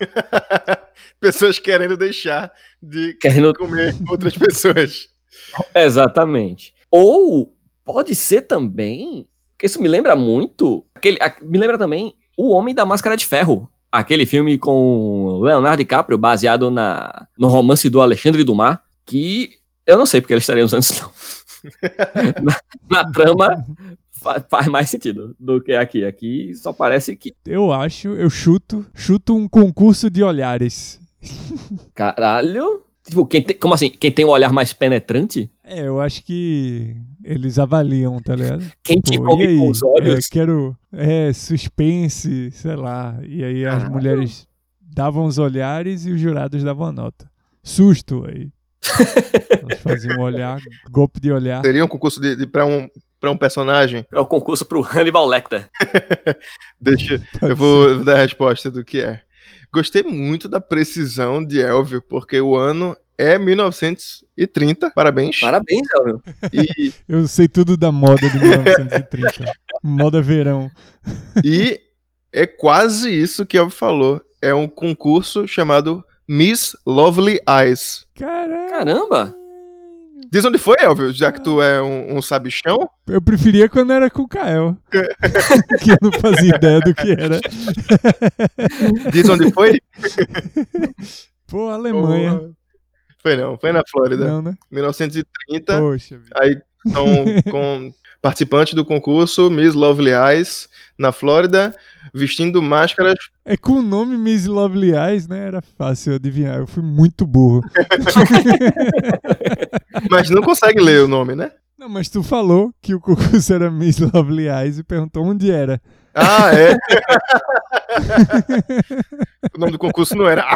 Pessoas querendo deixar de Querendo comer outras pessoas. Exatamente. Ou pode ser também, porque isso me lembra muito, aquele, a- me lembra também O Homem da Máscara de Ferro, aquele filme com Leonardo DiCaprio, baseado na, no romance do Alexandre Dumas, que eu não sei porque ele estaria usando isso não. na, na trama fa- faz mais sentido do que aqui. Aqui só parece que, Eu acho, eu chuto, chuto um concurso de olhares. caralho, tipo, quem tem, como assim, quem tem um olhar mais penetrante? É, eu acho que eles avaliam, tá ligado? Quem te Pô, come e aí? com os olhos? É, quero. É, suspense, sei lá. E aí as Caralho. mulheres davam os olhares e os jurados davam a nota. Susto aí. Elas faziam um olhar, golpe de olhar. Seria um concurso de, de, para um, pra um personagem? É o concurso pro Hannibal Lecter. Deixa, eu vou dar a resposta do que é. Gostei muito da precisão de Elvio, porque o ano é mil novecentos e trinta. Parabéns. Parabéns, Elvio. E, Eu sei tudo da moda de mil novecentos e trinta. Moda verão. e é quase isso que Elvio falou. É um concurso chamado Miss Lovely Eyes. Caraca. Caramba! Diz onde foi, Elvio? Já que tu é um, um sabichão. Eu preferia quando era com o Kael. Que eu não fazia ideia do que era. Diz onde foi? Pô, Alemanha. Porra. Foi não, foi na Flórida. Não, né? mil novecentos e trinta. Poxa vida. Aí estão com participantes do concurso Miss Lovely Eyes na Flórida, vestindo máscaras. É com o nome Miss Lovely Eyes, né? Era fácil adivinhar. Eu fui muito burro. Mas não consegue ler o nome, né? Não, mas tu falou que o concurso era Miss Lovely Eyes e perguntou onde era. Ah, é? O nome do concurso não era.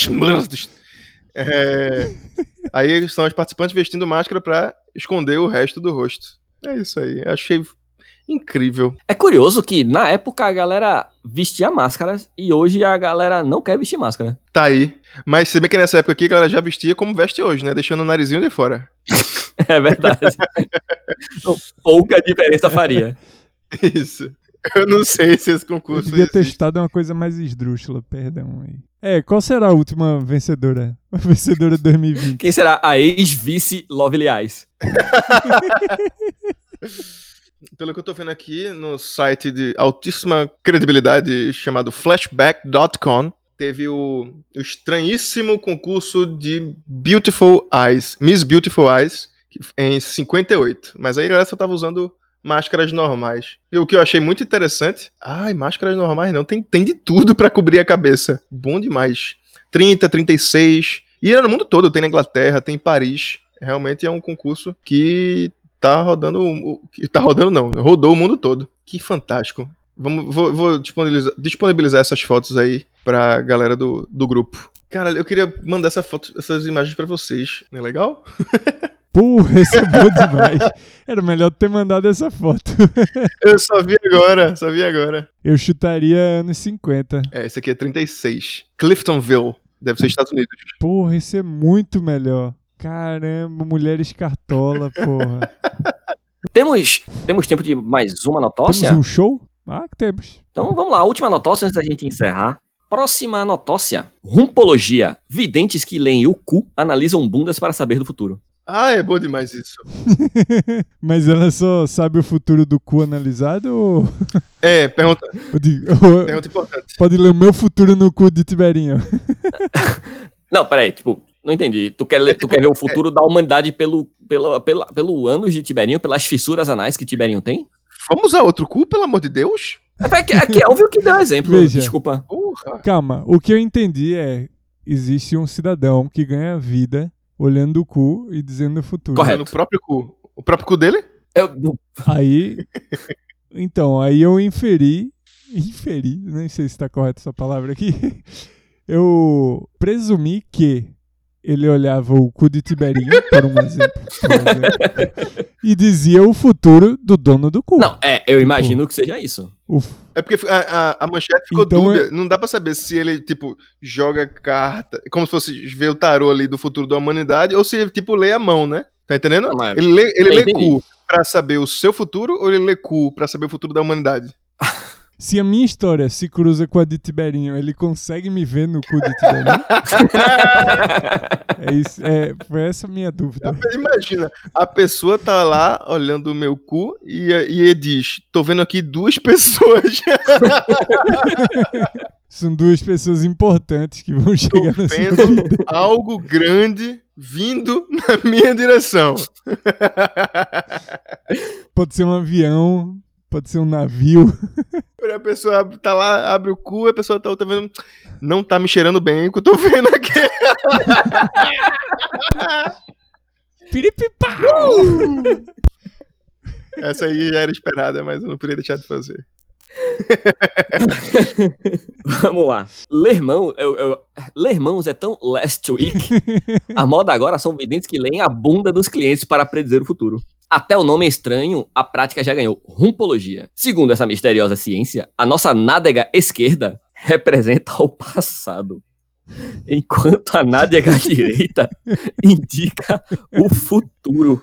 É... Aí são os participantes vestindo máscara pra esconder o resto do rosto. É isso aí. Achei incrível. É curioso que na época a galera vestia máscaras e hoje a galera não quer vestir máscara. Tá aí. Mas se bem que nessa época aqui a galera já vestia como veste hoje, né? Deixando o narizinho de fora. É verdade. Então, pouca diferença faria. Isso. Eu não sei se esse Eu concurso devia ter existe. estado uma coisa mais esdrúxula, perdão aí. É, qual será a última vencedora? A vencedora de dois mil e vinte. Quem será a ex-vice Lovely Eyes? Pelo que eu tô vendo aqui no site de altíssima credibilidade chamado flashback ponto com, teve o, o estranhíssimo concurso de Beautiful Eyes, Miss Beautiful Eyes, em cinquenta e oito. Mas aí a galera só tava usando máscaras normais. E o que eu achei muito interessante... Ai, máscaras normais não. Tem, tem de tudo pra cobrir a cabeça. Bom demais. trinta, trinta e seis... E é no mundo todo. Tem na Inglaterra, tem em Paris. Realmente é um concurso que tá rodando... Que tá rodando não. Rodou o mundo todo. Que fantástico. Vamos, vou vou disponibilizar, disponibilizar essas fotos aí pra galera do, do grupo. Cara, eu queria mandar essa foto, essas imagens pra vocês. Não é legal? Porra, esse é bom demais. Era melhor ter mandado essa foto. Eu só vi agora, só vi agora. Eu chutaria anos cinquenta. É, esse aqui é trinta e seis. Cliftonville, deve ser Estados Unidos. Porra, esse é muito melhor. Caramba, mulheres cartola, porra. Temos, temos tempo de mais uma notócia? Temos um show? Ah, que temos. Então vamos lá, a última notócia antes da gente encerrar. Próxima notócia. Rumpologia. Videntes que leem o cu analisam bundas para saber do futuro. Ah, é bom demais isso. Mas ela só sabe o futuro do cu analisado ou... É, pergunta, ou de- ou- pergunta importante. Pode ler o meu futuro no cu de Tiberinho. Não, peraí, tipo, não entendi. Tu quer, ler- tu quer ver o futuro da humanidade pelo, pelo, pela, pelo ânus de Tiberinho, pelas fissuras anais que Tiberinho tem? Vamos usar outro cu, pelo amor de Deus? É que, é que é óbvio que deu exemplo, Veja. desculpa. Porra. Calma, o que eu entendi é... Existe um cidadão que ganha vida olhando o cu e dizendo o futuro. Correto. No próprio cu. O próprio cu dele? Eu, Aí... Então, aí eu inferi... Inferi, nem sei se tá correta essa palavra aqui. Eu presumi que ele olhava o cu de Tiberinho, por um exemplo, por um exemplo, e dizia o futuro do dono do cu. não, é, eu imagino que seja isso. O É porque a, a, a manchete ficou Então dúbia. é- Não dá pra saber se ele, tipo, joga carta, como se fosse ver o tarô ali do futuro da humanidade, ou se ele, tipo, lê a mão, né? Tá entendendo? Não, mas- Ele lê, ele eu lê entendi. cu pra saber o seu futuro, ou ele lê cu pra saber o futuro da humanidade? Se a minha história se cruza com a de Tiberinho, ele consegue me ver no cu de Tiberinho? É isso, é, foi essa a minha dúvida. Imagina, a pessoa tá lá olhando o meu cu e, e ele diz: tô vendo aqui duas pessoas. São duas pessoas importantes que vão Tô chegar nessa vendo algo grande vindo na minha direção. Pode ser um avião, pode ser um navio. A pessoa abre- tá lá, abre o cu, a pessoa tá, tá vendo. Não tá me cheirando bem o que eu tô vendo aqui. Piripipá! Essa aí já era esperada, mas eu não podia deixar de fazer. Vamos lá. Lermão, eu, eu, Lermãos é tão last week. A moda agora são videntes que leem a bunda dos clientes para predizer o futuro. Até o nome é estranho, a prática já ganhou. Rumpologia. Segundo essa misteriosa ciência, a nossa nádega esquerda representa o passado, enquanto a nádega direita indica o futuro.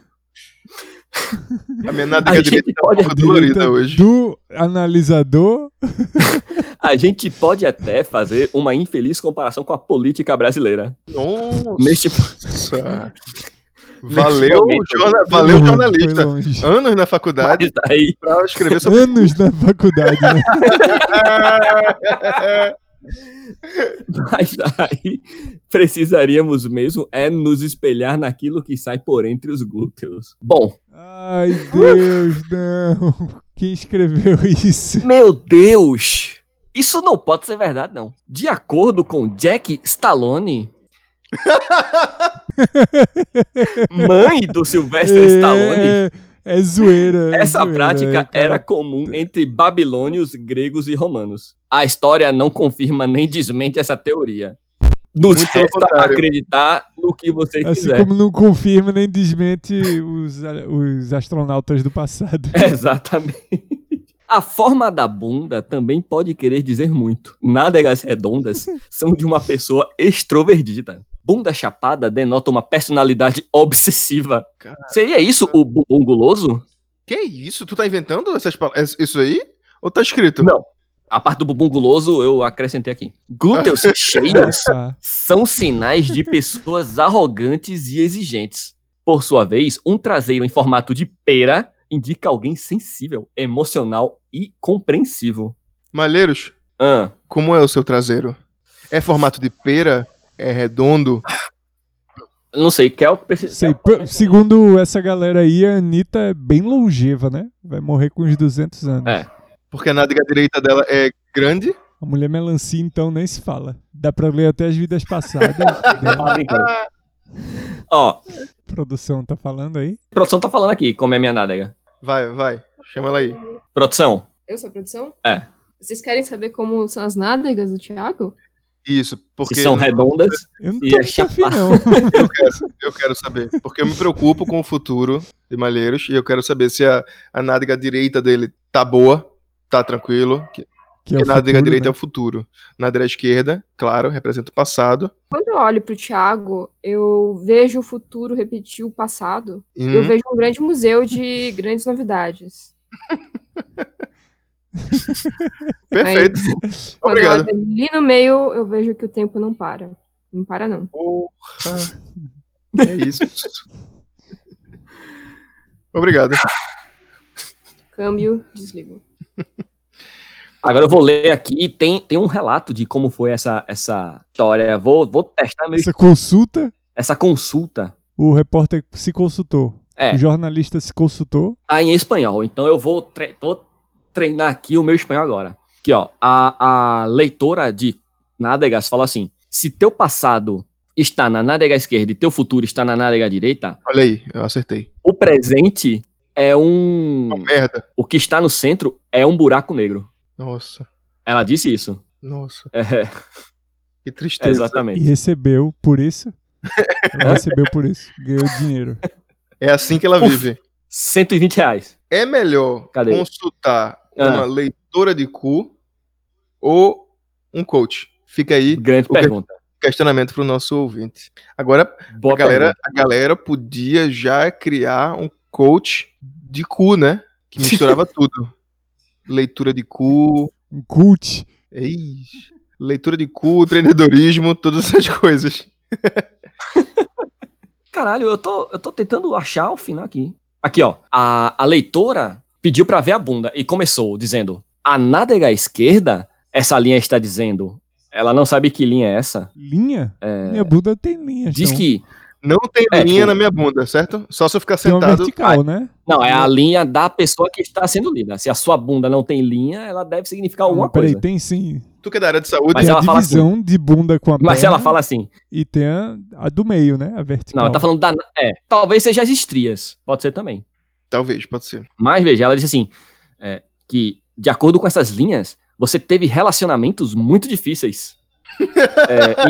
A minha A nádega gente direita tá um pode- pouco dolorida hoje. Do analisador. A gente pode até fazer uma infeliz comparação com a política brasileira. Nossa. Neste Valeu, momento, jorna- valeu Foi jornalista. longe. Anos na faculdade Mas aí, pra escrever sobre. Anos na faculdade, né? mas aí precisaríamos mesmo é nos espelhar naquilo que sai por entre os glúteos. Bom, Ai, Deus, não. Quem escreveu isso? meu Deus! Isso não pode ser verdade, não. De acordo com Jack Stallone, mãe do Sylvester Stallone, É, é zoeira. é essa zoeira, prática é, cara. era comum entre babilônios, gregos e romanos. A história não confirma nem desmente essa teoria. Nos Muito pelo resta contrário. acreditar no que você Assim quiser. como não confirma nem desmente os, os astronautas do passado. Exatamente. A forma da bunda também pode querer dizer muito. Nádegas redondas são de uma pessoa extrovertida. Bunda chapada denota uma personalidade obsessiva. Cara. Seria isso o bumbum guloso? Que isso? Tu tá inventando essas palavras? Isso aí? Ou tá escrito? Não. A parte do bumbum guloso eu acrescentei aqui. Glúteos cheios Tá. são sinais de pessoas arrogantes e exigentes. Por sua vez, um traseiro em formato de pera indica alguém sensível, emocional e compreensivo. Malheiros, Ah, como é o seu traseiro? É formato de pera? É redondo? não sei, quer precisa. Sei, p- segundo essa galera aí, a Anitta é bem longeva, né? Vai morrer com uns duzentos anos. É. Porque a nádega direita dela é grande? A mulher melancia, então, nem se fala. Dá pra ler até as vidas passadas dela. Ó, A produção tá falando aí? a produção tá falando aqui como é minha nádega. Vai, vai. Chama ela aí. Produção, Eu sou a produção? É. Vocês querem saber como são as nádegas do Thiago? Isso, porque se são redondas Eu não tô e é muito afim, chapa. não. eu quero, eu quero saber. Porque eu me preocupo com o futuro de Malheiros e eu quero saber se a, a nádega direita dele tá boa, tá tranquilo. Que, Que é porque o a nádega futuro, direita né? é o futuro. Nádega esquerda, claro, representa o passado. Quando eu olho pro Thiago, eu vejo o futuro repetir o passado. E, Eu vejo um grande museu de grandes novidades. perfeito. Quando eu Obrigado. olho ali no meio, eu vejo que o tempo não para. Não para, não. Porra. É isso. Obrigado. Câmbio, desligo. Agora eu vou ler aqui, tem, tem um relato de como foi essa, essa história. Vou, vou testar meio Essa consulta, essa consulta. o repórter se consultou. É, O jornalista se consultou. tá em espanhol, então eu vou, tre vou treinar aqui o meu espanhol agora. Aqui, ó, a, a leitora de nádegas fala assim: se teu passado está na nádega esquerda e teu futuro está na nádega direita, Olha aí, eu acertei. o presente é um... Uma merda. O que está no centro é um buraco negro. Nossa, Ela disse isso. nossa. É, Que tristeza. E exatamente. recebeu por isso. Ela recebeu por isso. Ganhou dinheiro. É assim que ela Uf. vive. cento e vinte reais. É melhor Cadê? consultar Ah. uma leitora de cu ou um coach? Fica aí Grande o que- pergunta. questionamento para o nosso ouvinte. Agora, Boa a galera, pergunta. a galera podia já criar um coach de cu, né? Que misturava tudo. Leitura de cu, Um cult. ei, leitura de cu, empreendedorismo, todas essas coisas. Caralho, eu tô, eu tô tentando achar o final aqui. Aqui, ó. A, a leitora pediu pra ver a bunda e começou dizendo: a nádega esquerda, essa linha está dizendo. Ela não sabe que linha é essa. Linha? É, Minha bunda tem linha. diz então. que. Não tem É, linha tipo- na minha bunda, certo? Só se eu ficar Tem uma sentado. vertical, né? Não, é a linha da pessoa que está sendo lida. Se a sua bunda não tem linha, ela deve significar alguma Não, peraí, coisa. tem sim. Tu que é da área de saúde, Mas tem ela a fala assim- divisão de bunda com a Mas perna ela fala assim. e tem a, a do meio, né? A vertical. Não, ela tá falando da. É, talvez seja as estrias. Pode ser também. talvez, pode ser. Mas veja, ela disse assim: é, que, de acordo com essas linhas, você teve relacionamentos muito difíceis. É,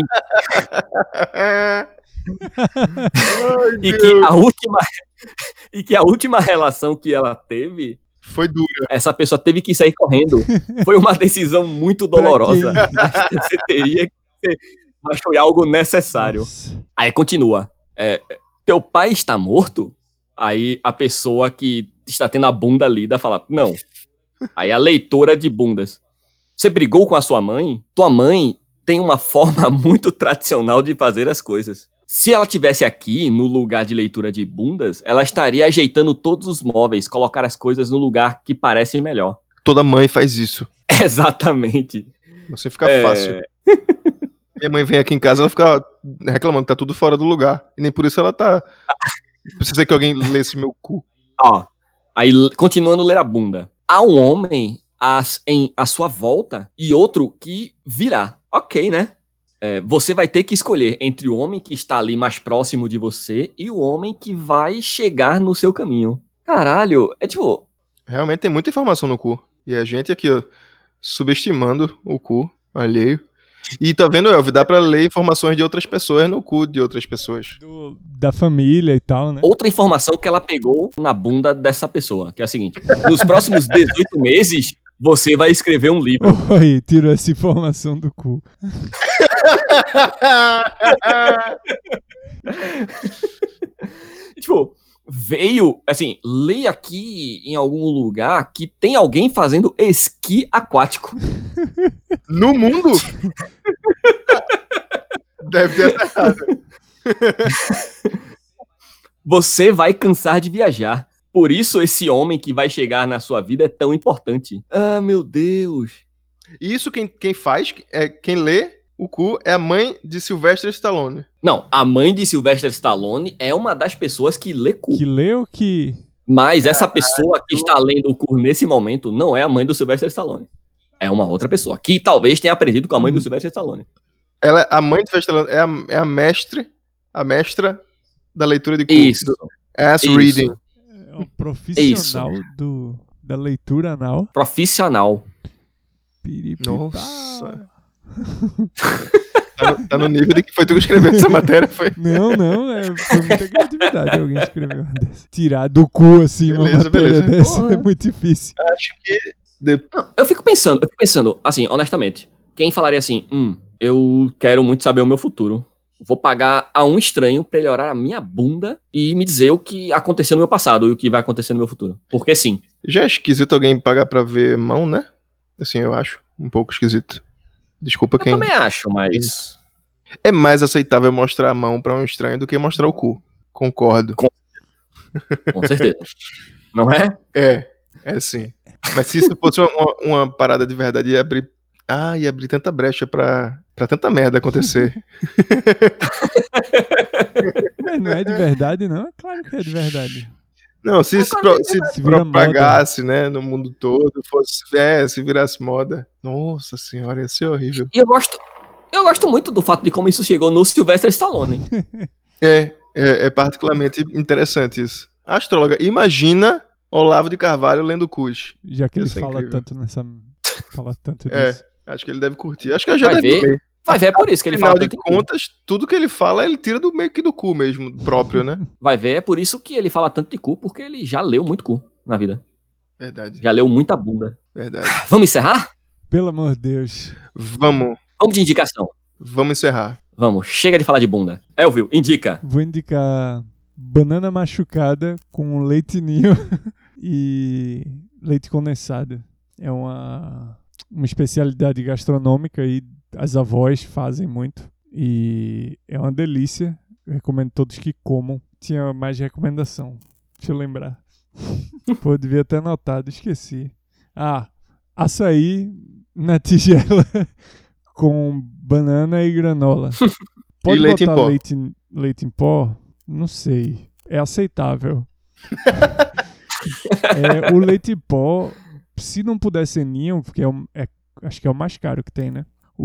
e, Ai, e Deus. que a última e que a última relação que ela teve, Foi dura. essa pessoa teve que sair correndo. Foi uma decisão muito Pra dolorosa. quê? Mas você teria que ser, mas foi algo necessário. Nossa. Aí continua. É, teu pai está morto? Aí a pessoa que está tendo a bunda lida fala: não. Aí a leitora de bundas: você brigou com a sua mãe? Tua mãe tem uma forma muito tradicional de fazer as coisas. Se ela tivesse aqui no lugar de leitura de bundas, ela estaria ajeitando todos os móveis, colocar as coisas no lugar que parece melhor. Toda mãe faz isso. Exatamente. Você fica É, fácil. Minha mãe vem aqui em casa, ela fica reclamando que tá tudo fora do lugar. E nem por isso ela tá. Precisa que alguém lesse meu cu. Ó, aí l- continuando a ler a bunda. Há um homem as- em à sua volta e outro que virá. Ok, né? É, você vai ter que escolher entre o homem que está ali mais próximo de você e o homem que vai chegar no seu caminho. Caralho, é tipo... Realmente tem muita informação no cu. E a gente aqui, ó, subestimando o cu alheio. E tá vendo, Elvio? Dá pra ler informações de outras pessoas no cu de outras pessoas. Do- da família e tal, né? Outra informação que ela pegou na bunda dessa pessoa, que é a seguinte. Nos próximos dezoito meses, você vai escrever um livro. Oi, tirou essa informação do cu. Tipo, veio, assim, leia aqui em algum lugar que tem alguém fazendo esqui aquático. No mundo? Deve ter acertado. Você vai cansar de viajar. Por isso esse homem que vai chegar na sua vida é tão importante. Ah, meu Deus. E isso quem, quem faz, é, quem lê o cu é a mãe de Sylvester Stallone. Não, a mãe de Sylvester Stallone é uma das pessoas que lê cu. Que leu que... Mas essa pessoa que está lendo o cu nesse momento não é a mãe do Sylvester Stallone. É uma outra pessoa, que talvez tenha aprendido com a mãe do Sylvester Stallone. Ela, a mãe de Sylvester Stallone é a, é a mestre, a mestra da leitura de cu. Isso. Ass Isso. reading. É um profissional do, da leitura anal. Profissional. Piripipá. Nossa. Tá no, tá no nível de que foi tu que escreveu essa matéria, foi? Não, não, é, foi muita criatividade alguém escrever uma dessa. Tirar do cu, assim, uma Beleza, matéria beleza. dessa Porra. é muito difícil. Acho que... de- Não, eu fico pensando, eu fico pensando, assim, honestamente, quem falaria assim, hum, eu quero muito saber o meu futuro. Vou pagar a um estranho pra ele olhar a minha bunda e me dizer o que aconteceu no meu passado e o que vai acontecer no meu futuro. Porque sim. Já é esquisito alguém pagar pra ver mão, né? Assim, eu acho. Um pouco esquisito. Desculpa Eu quem... também acho, mas... É mais aceitável mostrar a mão pra um estranho do que mostrar o cu. Concordo. Com certeza. Não é? É, é sim. Mas se isso fosse uma, uma- uma parada de verdade, ia abrir... Ah, ia abrir tanta brecha pra, pra tanta merda acontecer. Mas não é de verdade, não? É claro que é de verdade. Não, se se, pro- se Se vira propagasse, né, no mundo todo, fosse, é, se virasse moda. Nossa senhora, ia ser horrível. E eu gosto, eu gosto muito do fato de como isso chegou no Sylvester Stallone. É, é, é particularmente interessante isso. Astróloga, imagina Olavo de Carvalho lendo Cus. Já que ele Isso é fala incrível. tanto nessa... Fala tanto É, disso. acho que ele deve curtir. Acho que eu já Vai deve ver. ler. Vai ver, é por isso que ele Afinal fala de tanto em cu. contas, tudo que ele fala, ele tira do meio que do cu mesmo, próprio, né? Vai ver, é por isso que ele fala tanto de cu, porque ele já leu muito cu na vida. Verdade, Já leu muita bunda. verdade. Vamos encerrar? Pelo amor de Deus. Vamos, Vamos de indicação. vamos encerrar. Vamos, chega de falar de bunda. Elvio, indica. Vou indicar banana machucada com leite ninho e leite condensado. É uma, uma especialidade gastronômica e as avós fazem muito. E é uma delícia. Eu recomendo todos que comam. Tinha mais recomendação. Deixa eu lembrar. Pô, devia ter anotado, esqueci. Ah, açaí na tigela com banana e granola. Pode E leite em botar pó. leite, em- leite em pó? Não sei. É aceitável. É, o leite em pó, se não puder ser ninho, porque é, um- é- acho que é o mais caro que tem, né?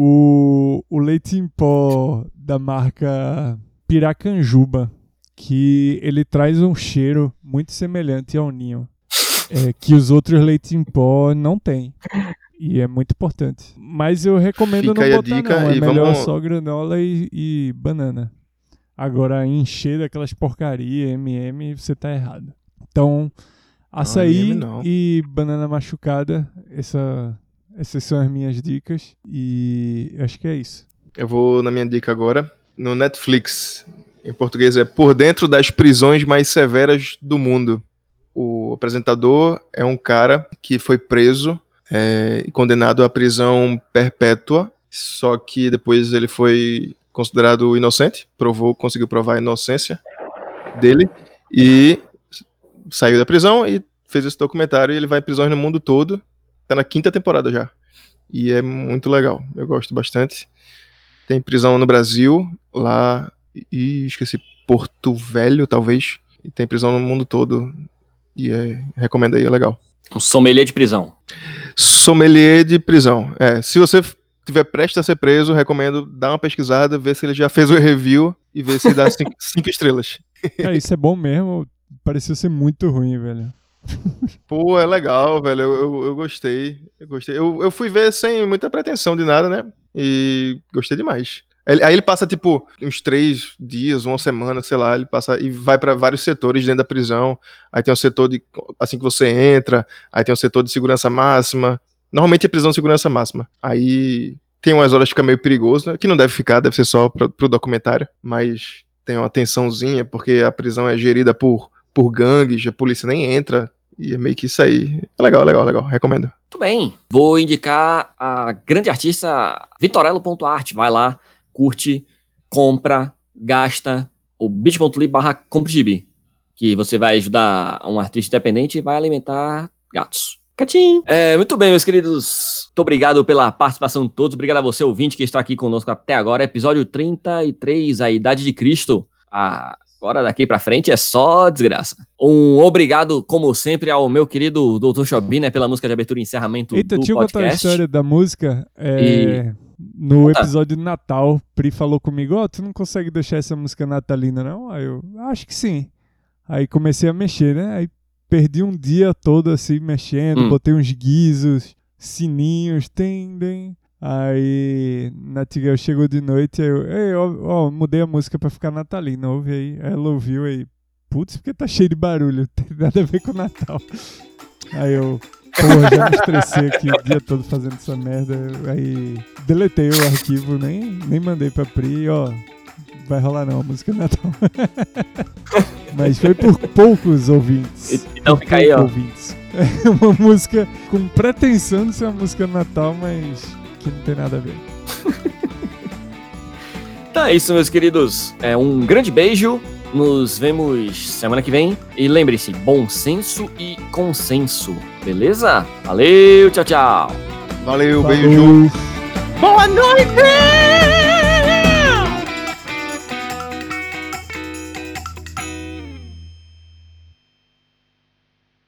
O, o leite em pó da marca Piracanjuba, que ele traz um cheiro muito semelhante ao ninho, é, que os outros leites em pó não têm. E é muito importante. Mas eu recomendo Fica não aí a botar dica não. É e melhor vamos- só granola e, e banana. Agora, encher daquelas porcaria, M e M, você tá errado. Então, açaí M e M não. e banana machucada, essa, essas são as minhas dicas. E eu acho que é isso. Eu vou na minha dica agora. No Netflix, em português é Por Dentro das Prisões Mais Severas do Mundo. O apresentador é um cara que foi preso é, e condenado à prisão perpétua, só que depois ele foi considerado inocente, provou, conseguiu provar a inocência dele e saiu da prisão e fez esse documentário e ele vai em prisões no mundo todo. Tá na quinta temporada já. E é muito legal. Eu gosto bastante. Tem prisão no Brasil, lá, e esqueci, Porto Velho, talvez. E tem prisão no mundo todo. E é, recomendo aí, é legal. Um sommelier de prisão. Sommelier de prisão. É, se você tiver prestes a ser preso, recomendo dar uma pesquisada, ver se ele já fez o review e ver se dá cinco, cinco estrelas. Cara, isso é bom mesmo. Pareceu ser muito ruim, velho. Pô, é legal, velho. Eu, eu, eu gostei. Eu gostei. Eu, eu fui ver sem muita pretensão de nada, né? E gostei demais. Ele- Aí ele passa, tipo, uns três dias, uma semana, sei lá, ele passa e vai pra vários setores dentro da prisão. Aí tem o setor de assim que você entra, aí tem o setor de segurança máxima. Normalmente é prisão de segurança máxima. Aí tem umas horas que fica meio perigoso, né? Que não deve ficar, deve ser só pra, pro documentário, mas tem uma tensãozinha, porque a prisão é gerida por, por gangues, a polícia nem entra, e é meio que isso aí. É legal, legal, legal, recomendo. Muito bem. Vou indicar a grande artista vitorello ponto art. Vai lá, curte, compra, gasta. O bit ponto ly barra compre gibi. que você vai ajudar um artista independente e vai alimentar gatos. Catim! É, muito bem, meus queridos. Muito obrigado pela participação de todos. Obrigado a você, ouvinte, que está aqui conosco até agora. Episódio trinta e três, A Idade de Cristo. Ah, agora daqui pra frente é só desgraça. Um obrigado, como sempre, ao meu querido doutor Jobim, né, pela música de abertura e encerramento Eita, do deixa eu contar a podcast. história da música. É, E- No Conta. episódio de Natal, Pri falou comigo, ó, oh, tu não consegue deixar essa música natalina, não? Aí eu, acho que sim. Aí comecei a mexer, né? Aí perdi um dia todo assim, mexendo, Hum. botei uns guizos, sininhos, tem, tem. Aí Natigal chegou de noite, aí eu, ei, ó, ó, mudei a música pra ficar natalina, ouve aí. Aí ela ouviu aí, putz, porque tá cheio de barulho, não tem nada a ver com o Natal. Aí eu, porra, já me estressei aqui o dia todo fazendo essa merda. Aí deletei o arquivo, nem, nem mandei pra Pri, ó, vai rolar não, a música Natal. Mas foi por poucos ouvintes. Então Por fica aí, poucos ó. ouvintes. É uma música com pretensão de ser uma música Natal, mas que não tem nada a ver. Então é isso, meus queridos. É um grande beijo. Nos vemos semana que vem. E lembre-se, bom senso e consenso. Beleza? Valeu, tchau, tchau. Valeu, Falou. beijo. Boa noite!